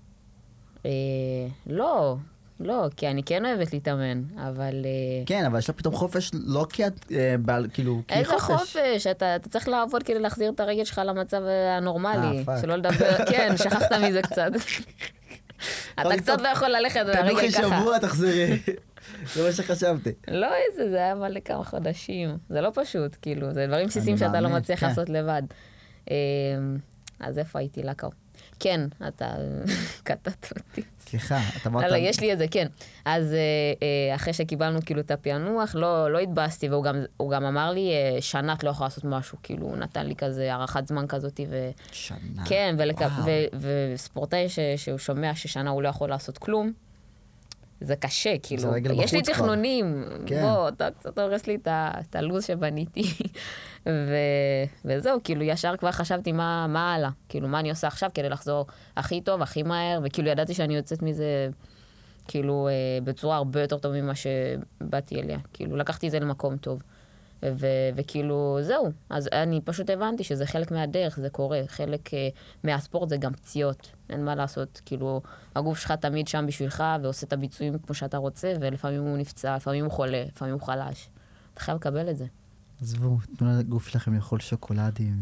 לא, כי אני כן אוהבת להתאמן, אבל... כן, אבל יש לה פתאום חופש, לא כי את, כאילו, כי איזה חופש. חופש? אתה צריך לעבוד כדי להחזיר את הרגל שלך למצב הנורמלי. שלא לדבר, כן, שכחת מזה קצת. אתה קצת לא יכול ללכת ברגל ככה. תנוחי שבוע, תחזרי. זה מה שחשבתי. לא איזה, זה היה מלא כמה חודשים. זה לא פשוט, כאילו, זה דברים בסיסיים שאתה לא מצליח לעשות לבד. אז איפה הייתי לקאו? כן, אתה קטעת אותי. סליחה, אתה אמרת... לא, יש לי את זה, כן. אז אחרי שקיבלנו כאילו את הפענוח, לא התבאסתי, והוא גם אמר לי, שנה את לא יכולה לעשות משהו, כאילו, הוא נתן לי כזה הערכת זמן כזאת, שנה. כן, וספורטאי שהוא שומע ששנה הוא לא יכול לעשות כלום, זה קשה, כאילו. יש לי תכנונים, בוא, אתה קצת הורס לי את הלוז שבניתי. וזהו, כאילו, ישר כבר חשבתי מה הלאה. כאילו, מה אני עושה עכשיו כדי לחזור הכי טוב, הכי מהר, וכאילו, ידעתי שאני יוצאת מזה, כאילו, בצורה הרבה יותר טוב ממה שבאתי אליה. כאילו, לקחתי את זה למקום טוב. וכאילו, זהו. אז אני פשוט הבנתי שזה חלק מהדרך, זה קורה. חלק מהספורט זה גם פציעות. אין מה לעשות. כאילו, הגוף שלך תמיד שם בשבילך, ועושה את הביצועים כמו שאתה רוצה, ולפעמים הוא נפצע, לפעמים הוא חולה, לפעמים הוא חלש. אתה חייב לקבל את זה. עזבו, תנו לגוף שלכם לאכול שוקולדים.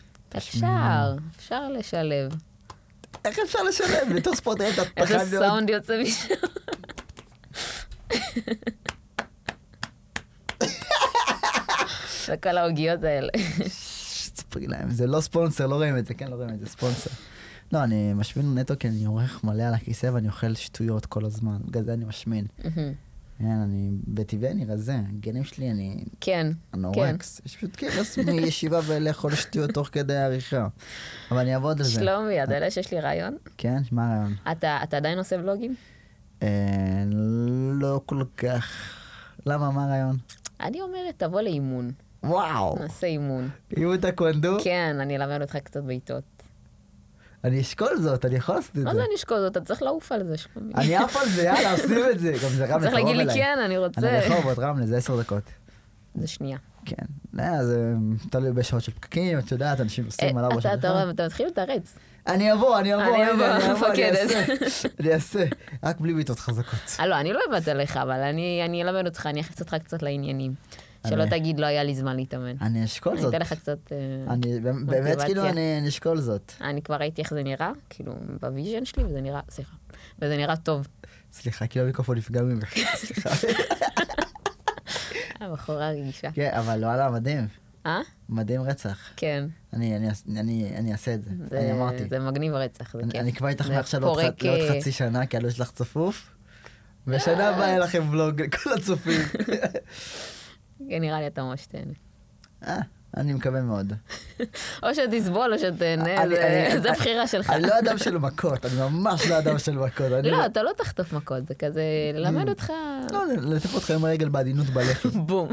אפשר לשלב. איך אפשר לשלב? בתור ספורטאי אתה פחד להיות... איזה סאונד יוצא משם. וכל ההוגיות האלה. ספרי להם, זה לא ספונסר, לא רואים את זה, כן, לא רואים את זה, ספונסר. לא, אני משמין נטו כי אני עורך מלא על הכיסא ואני אוכל שטויות כל הזמן, בגלל זה אני משמין. כן, אני בטבעי אני רזה, הגנים שלי אני... כן, אנורקס. יש פשוט כאילו מישיבה ולאכול שטויות תוך כדי העריכה. אבל אני אעבוד על זה. שלומי, אתה יודע שיש לי רעיון? כן, מה הרעיון? אתה עדיין עושה ולוגים? לא כל כך. למה, מה הרעיון? אני אומרת, תבוא לאימון. וואו. נעשה אימון. אימון טקוונדו? כן, אני אלמד אותך קצת בעיטות. אני אשקול זאת, אני יכול לעשות את זה. מה זה אני אשקול זאת? אתה צריך לעוף על זה, שלומי. אני עף על זה, יאללה, עושים את זה. גם זה רם צריך להגיד לי כן, אני רוצה. אני רחוב, עוד רם, זה 10 דקות. זה שנייה. כן. זה תלוי בשעות של פקקים, את יודעת, אנשים עושים עליו בשעות. אתה מתחיל לתרץ. אני אבוא, אני מפקדת. אני אעשה, רק בלי בעיטות חזקות. לא, אני לא אבט עליך, אבל אני אלמד אותך, אני אכניס אותך קצת לעניינים. שלא תגיד, לא היה לי זמן להתאמן. אני אשקול זאת. אני אתן לך קצת מוטיבציה. באמת, כאילו, אני אשקול זאת. אני כבר ראיתי איך זה נראה, כאילו, בוויז'ן שלי, וזה נראה, סליחה, וזה נראה טוב. סליחה, כאילו המיקרופון נפגע ממך, סליחה. הבחורה רגישה. כן, אבל לא עלה, מדהים. מדהים רצח. כן. אני אעשה את זה, אני אמרתי. זה מגניב רצח, זה כיף. אני כבר איתך מעכשיו לעוד חצי שנה, כי אני יש לך צפוף. ושנה הבאה יהיה לכם ולוג לכל הצופים. נראה לי אתה ממש תהנה. אני מקווה מאוד. או שתסבול או שתהנה, זה בחירה שלך. אני לא אדם של מכות, אני ממש לא אדם של מכות. לא, אתה לא תחטוף מכות, זה כזה ללמד אותך... לא, לטף אותך עם הרגל בעדינות בלחי. בום.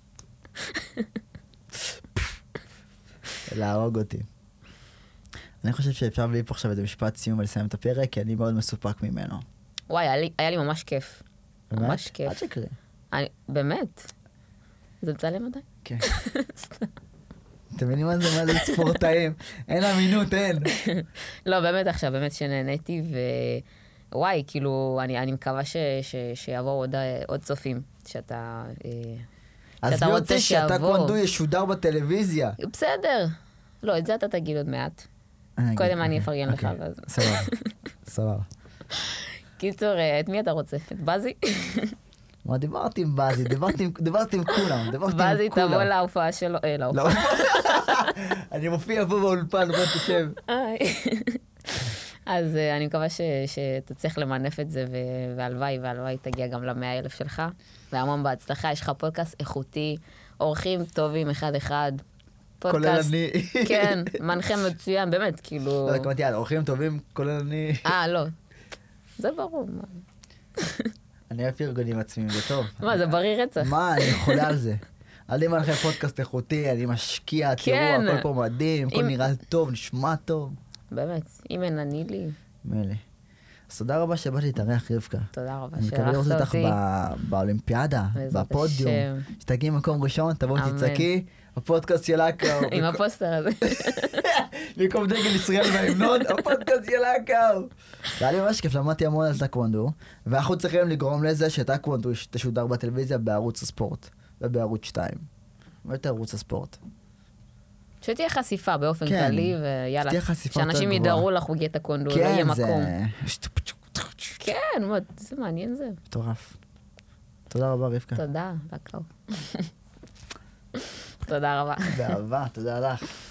להרוג אותי. אני חושב שאפשר להביא פה עכשיו איזה משפט סיום ולסיים את הפרק, כי אני מאוד מסופק ממנו. וואי, היה לי ממש כיף. ממש כיף. עד שקרה. באמת? זה מצלם עדיין? כן. אתם מבינים מה זה ספורטאים? אין אמינות, אין. לא, באמת עכשיו, באמת שנהניתי, וואי, כאילו, אני מקווה שיבואו עוד צופים, שאתה אז מי רוצה שהטקוונדו ישודר בטלוויזיה? בסדר. לא, את זה אתה תגיד עוד מעט. קודם אני אפרגן לך. סבבה. סבבה. קיצור, את מי אתה רוצה? את בזי? מה, דיברתי עם בזי, דיברתי עם כולם. בזי תבוא להופעה שלו, להופעה. אני מופיע פה באולפן, בוא תשב. אז אני מקווה שתצליח למנף את זה, והלוואי תגיע גם ל100,000 שלך. והמון בהצלחה, יש לך פודקאסט איכותי, אורחים טובים אחד-אחד. כולל אני. כן, מנחה מצוין, באמת, כאילו... לא, כמעט יאללה, אורחים טובים, כולל אני. לא. זה ברור. אני אוהב ארגונים עצמיים, זה טוב. מה, זה בריא רצח. מה, אני חולה על זה. אני מנחה פודקאסט איכותי, אני משקיע, תראו, הכל פה מדהים, הכל נראה טוב, נשמע טוב. באמת, אם אין אני לי. מלא. אז תודה רבה שבאת להתארח, רבקה. תודה רבה אני מקווה לראות אותך באולימפיאדה, בפודיום. שתגיעי מקום ראשון, תבואו תצעקי, הפודקאסט של אקאו. עם הפוסטר הזה. במקום דגל ישראל וההמנון, הפודקאסט של אקאו. היה לי ממש כיף, למדתי המון על טקוונדו, ואנחנו צריכים לגרום לזה שטקוונדו תשודר בטלוויזיה בערוץ הספורט, ובערוץ 2. ואת ערוץ הספורט. שתהיה חשיפה באופן כללי, ויאללה, שאנשים ידערו ידערו לחוגי טקוונדו, לא יהיה מקום. כן, זה מעניין זה. מטורף. תודה רבה, רבקה. תודה, לקאו. תודה רבה. באהבה, תודה לך.